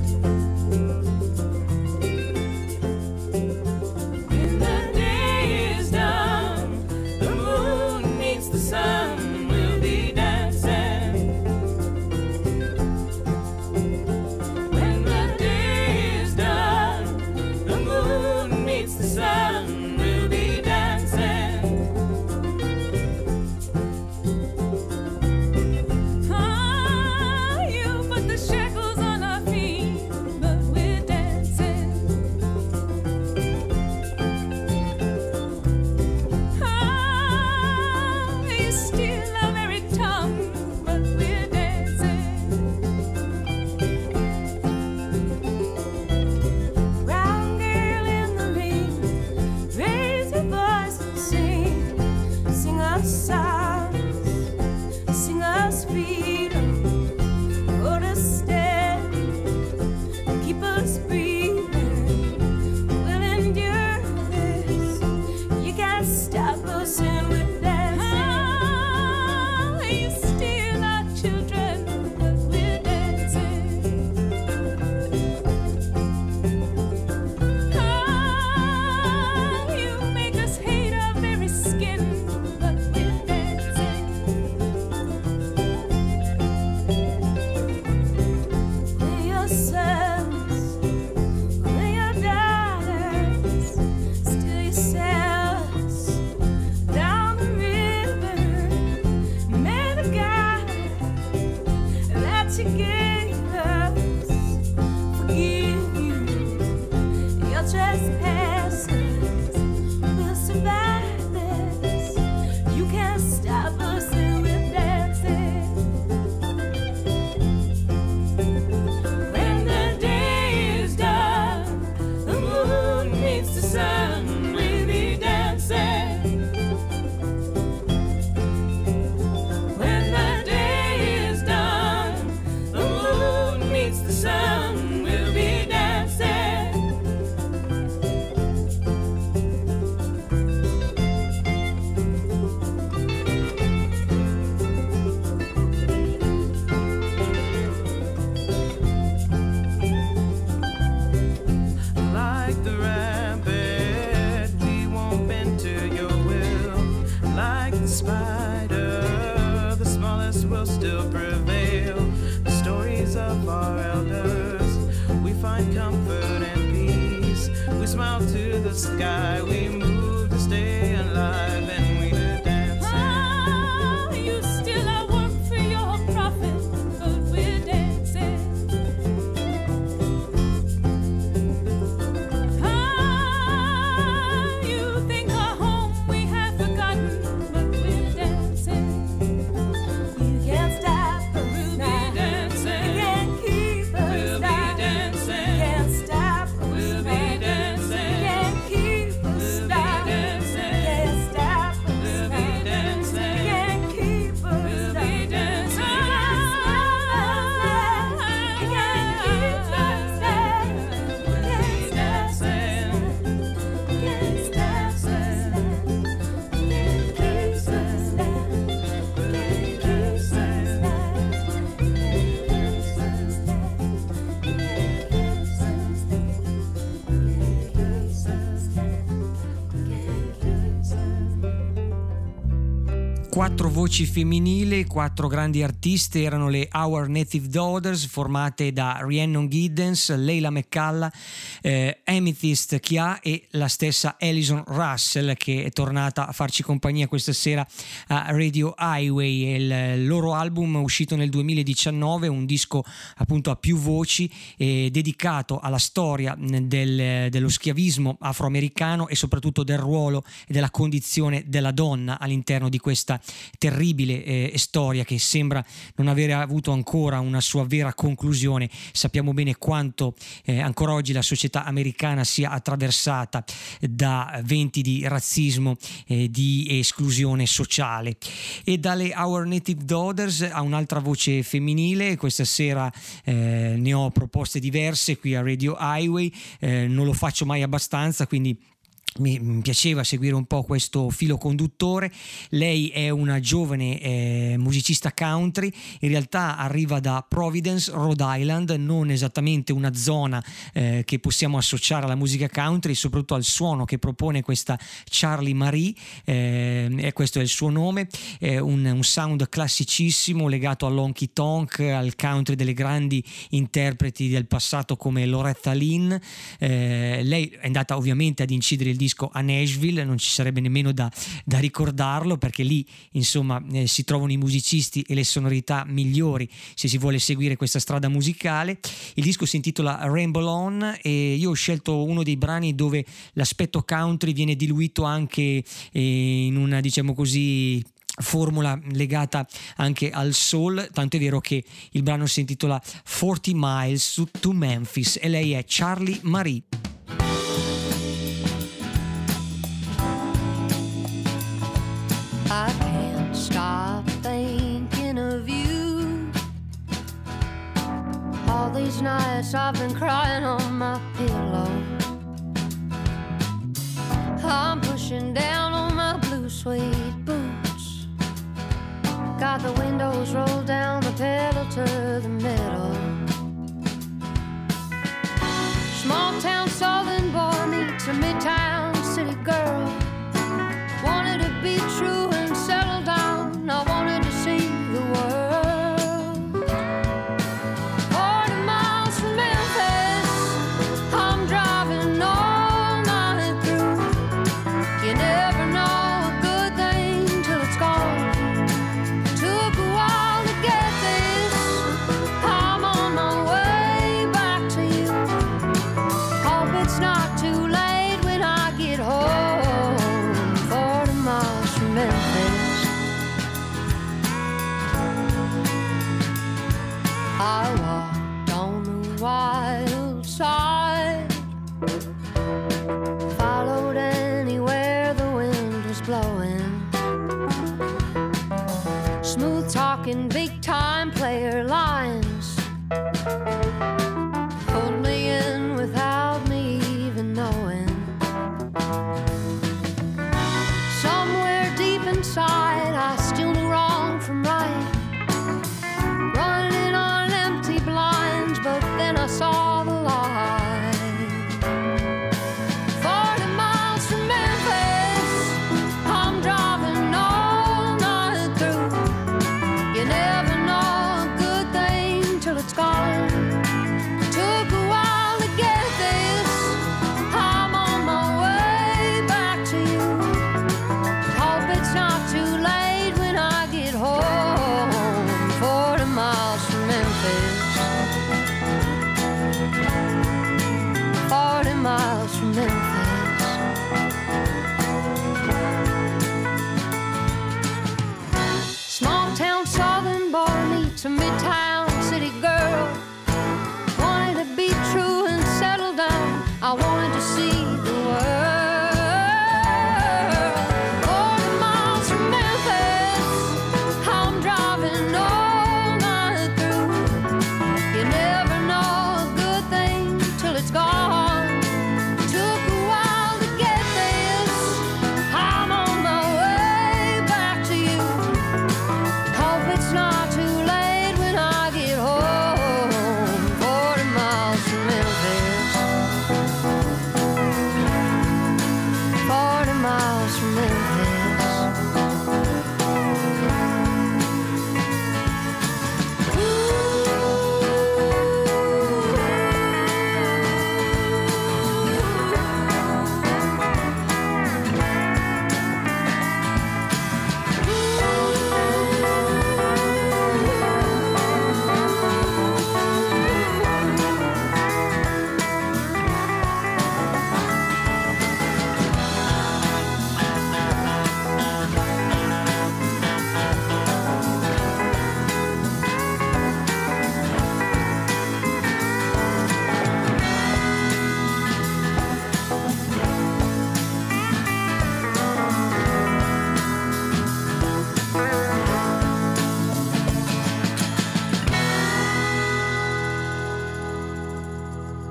Sky, we move to stay alive and we do dance. Ah, you still I work for your profit, but we're dancing. Ah, you think our home we have forgotten, but we're dancing. You can't stop us, we'll now. Be dancing. You can't keep us, we'll down. Be dancing. You can't stop us, we'll now. Be dancing. You can't keep us, we'll down. quattro voci femminili, quattro grandi artiste, erano le Our Native Daughters, formate da Rhiannon Giddens, Leila McCalla, eh, Amethyst Kia e la stessa Alison Russell, che è tornata a farci compagnia questa sera a Radio Highway. Il loro album uscito nel duemiladiciannove, un disco appunto a più voci, eh, dedicato alla storia del, dello schiavismo afroamericano e soprattutto del ruolo e della condizione della donna all'interno di questa terribile eh, storia che sembra non avere avuto ancora una sua vera conclusione. Sappiamo bene quanto eh, ancora oggi la società americana sia attraversata da venti di razzismo e eh, di esclusione sociale. E dalle Our Native Daughters a un'altra voce femminile, questa sera eh, ne ho proposte diverse qui a Radio Highway, eh, non lo faccio mai abbastanza, quindi mi piaceva seguire un po' questo filo conduttore. Lei è una giovane eh, musicista country, in realtà arriva da Providence, Rhode Island, non esattamente una zona eh, che possiamo associare alla musica country, soprattutto al suono che propone questa Charlie Marie, eh, e questo è il suo nome, è un, un sound classicissimo legato all'honky tonk, al country delle grandi interpreti del passato come Loretta Lynn. Eh, lei è andata ovviamente ad incidere il disco a Nashville, non ci sarebbe nemmeno da, da ricordarlo, perché lì insomma eh, si trovano i musicisti e le sonorità migliori se si vuole seguire questa strada musicale. Il disco si intitola Rainbow On e io ho scelto uno dei brani dove l'aspetto country viene diluito anche eh, in una, diciamo così, formula legata anche al soul, tanto è vero che il brano si intitola forty miles to Memphis e lei è Charlie Marie. I can't stop thinking of you. All these nights I've been crying on my pillow. I'm pushing down on my blue suede boots. Got the windows rolled down, the pedal to the metal. Small town southern boy meets a midtown city girl. Wanted to be true and settle down. I wanted to see the world. Forty miles from Memphis, I'm driving all night through. You never know a good thing till it's gone. Took a while to get this. I'm on my way back to you. Hope it's not too late when I get home. I walked on the wild side, followed anywhere the wind was blowing. Smooth talking, big time player lines, pulled me in without me even knowing. Somewhere deep inside I still knew wrong from right, running in on empty blinds, but then I saw the light. Forty miles from Memphis, I'm driving all night through. You never know a good thing till it's gone. Took a while to get this. I'm on my way back to you. Hope it's not too late when I get home. Forty miles from Memphis, forty miles from Memphis. Small town southern boy meets a midtown city girl. Wanted to be true and settle down. I wanted to see the world. Forty miles from Memphis, I'm driving all night through. You never know a good thing till it's gone. Took a while to get this. I'm on my way back to you. Hope it's not too late when I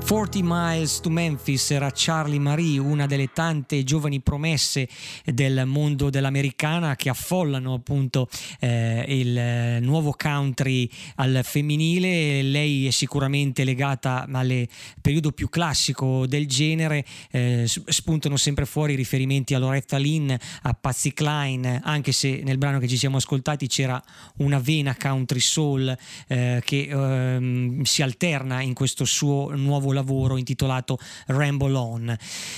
forty miles to Memphis era Charlie Marie, una delle tante giovani promesse del mondo dell'americana che affollano appunto eh, il nuovo country al femminile. Lei è sicuramente legata al periodo più classico del genere, eh, spuntano sempre fuori riferimenti a Loretta Lynn, a Patsy Cline, anche se nel brano che ci siamo ascoltati c'era una vena country soul eh, che eh, si alterna in questo suo nuovo lavoro intitolato Ramble On.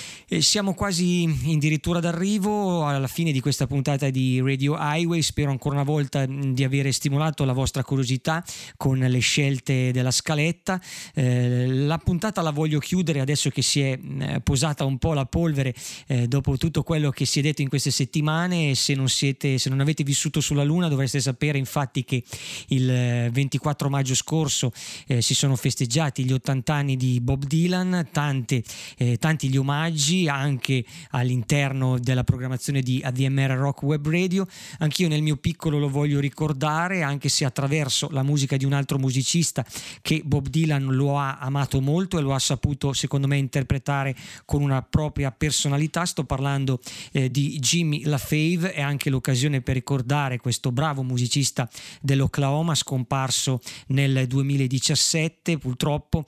E siamo quasi addirittura d'arrivo alla fine di questa puntata di Radio Highway. Spero ancora una volta di avere stimolato la vostra curiosità con le scelte della scaletta. Eh, la puntata la voglio chiudere adesso che si è eh, posata un po' la polvere eh, dopo tutto quello che si è detto in queste settimane. Se non siete, se non avete vissuto sulla Luna, dovreste sapere infatti che il ventiquattro maggio scorso eh, si sono festeggiati gli ottanta anni di Bob Dylan, tante, eh, tanti gli omaggi anche all'interno della programmazione di A D M R Rock Web Radio. Anch'io nel mio piccolo lo voglio ricordare, anche se attraverso la musica di un altro musicista che Bob Dylan lo ha amato molto e lo ha saputo secondo me interpretare con una propria personalità. Sto parlando eh, di Jimmy LaFave. È anche l'occasione per ricordare questo bravo musicista dell'Oklahoma scomparso nel duemiladiciassette purtroppo,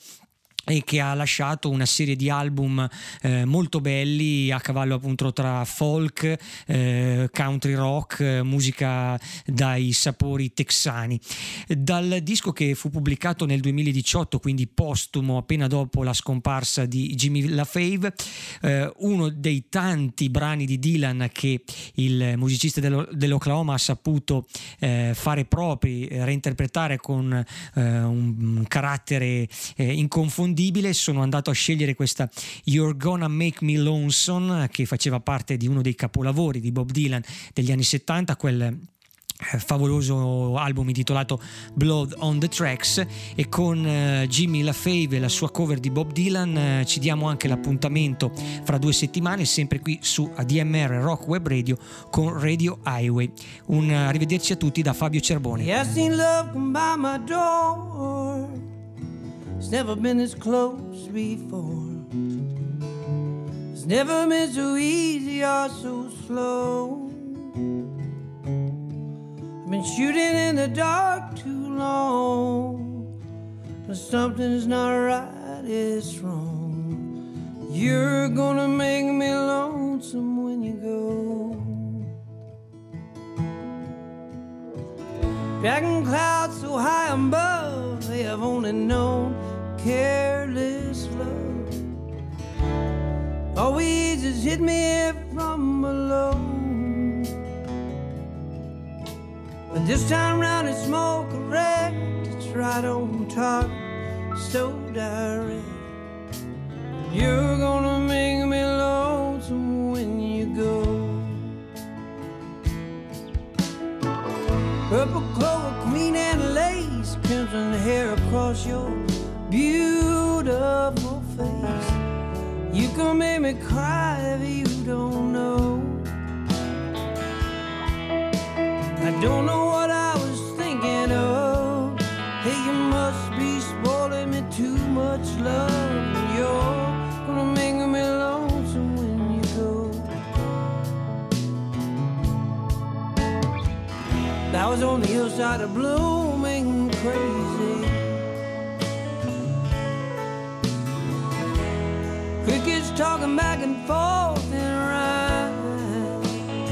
e che ha lasciato una serie di album eh, molto belli a cavallo appunto tra folk, eh, country rock, eh, musica dai sapori texani. Dal disco che fu pubblicato nel duemiladiciotto, quindi postumo appena dopo la scomparsa di Jimmy LaFave, eh, uno dei tanti brani di Dylan che il musicista dello, dell'Oklahoma ha saputo eh, fare propri, reinterpretare con eh, un carattere eh, inconfondibile. Sono andato a scegliere questa You're Gonna Make Me Lonesome, che faceva parte di uno dei capolavori di Bob Dylan degli anni settanta, quel favoloso album intitolato Blood on the Tracks. E con uh, Jimmy LaFave e la sua cover di Bob Dylan uh, ci diamo anche l'appuntamento fra due settimane sempre qui su A D M R Rock Web Radio con Radio Highway. Un uh, arrivederci a tutti da Fabio Cerbone. Yes, seen love come by my door. It's never been this close before. It's never been so easy or so slow. I've been shooting in the dark too long, but something's not right, it's wrong. You're gonna make me lonesome when you go. Dragging clouds so high above, they have only known careless love. Always has hit me from below, but this time round it's more correct. It's right on top, so direct. You're gonna make me lonesome when you go. Purple clover, queen and lace, crimson hair across your beautiful face. You can make me cry if you don't know. I don't know what I was thinking of. Hey, you must be spoiling me too much love. You're gonna make me lonesome when you go. I was on the hillside of blooming crazy. Crickets talking back and forth in rhyme.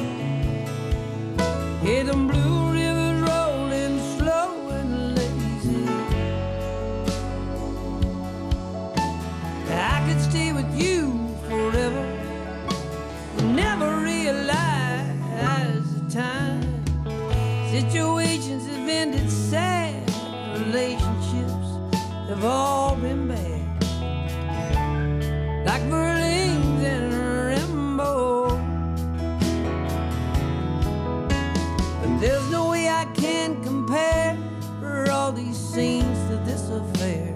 Hear them blue rivers rolling slow and lazy. I could stay with you forever, never realize the time. Situations have ended sad, relationships have all been bad, like Berling's and Rimbaud. But there's no way I can compare all these scenes to this affair.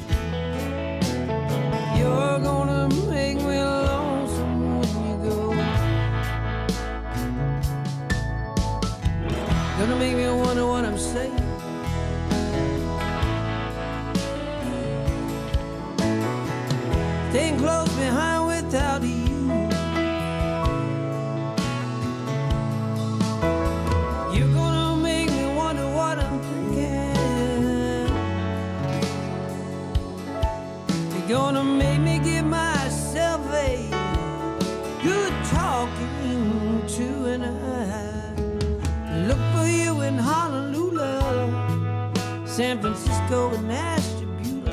You're gonna make me lonesome when you go. Gonna make me wonder what I'm saying. San Francisco and Ashtabula.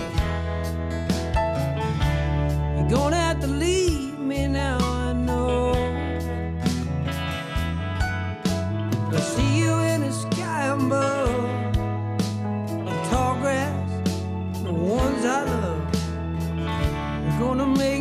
You're gonna have to leave me now, I know. I'll see you in the sky above, the tall grass, the ones I love. We're gonna make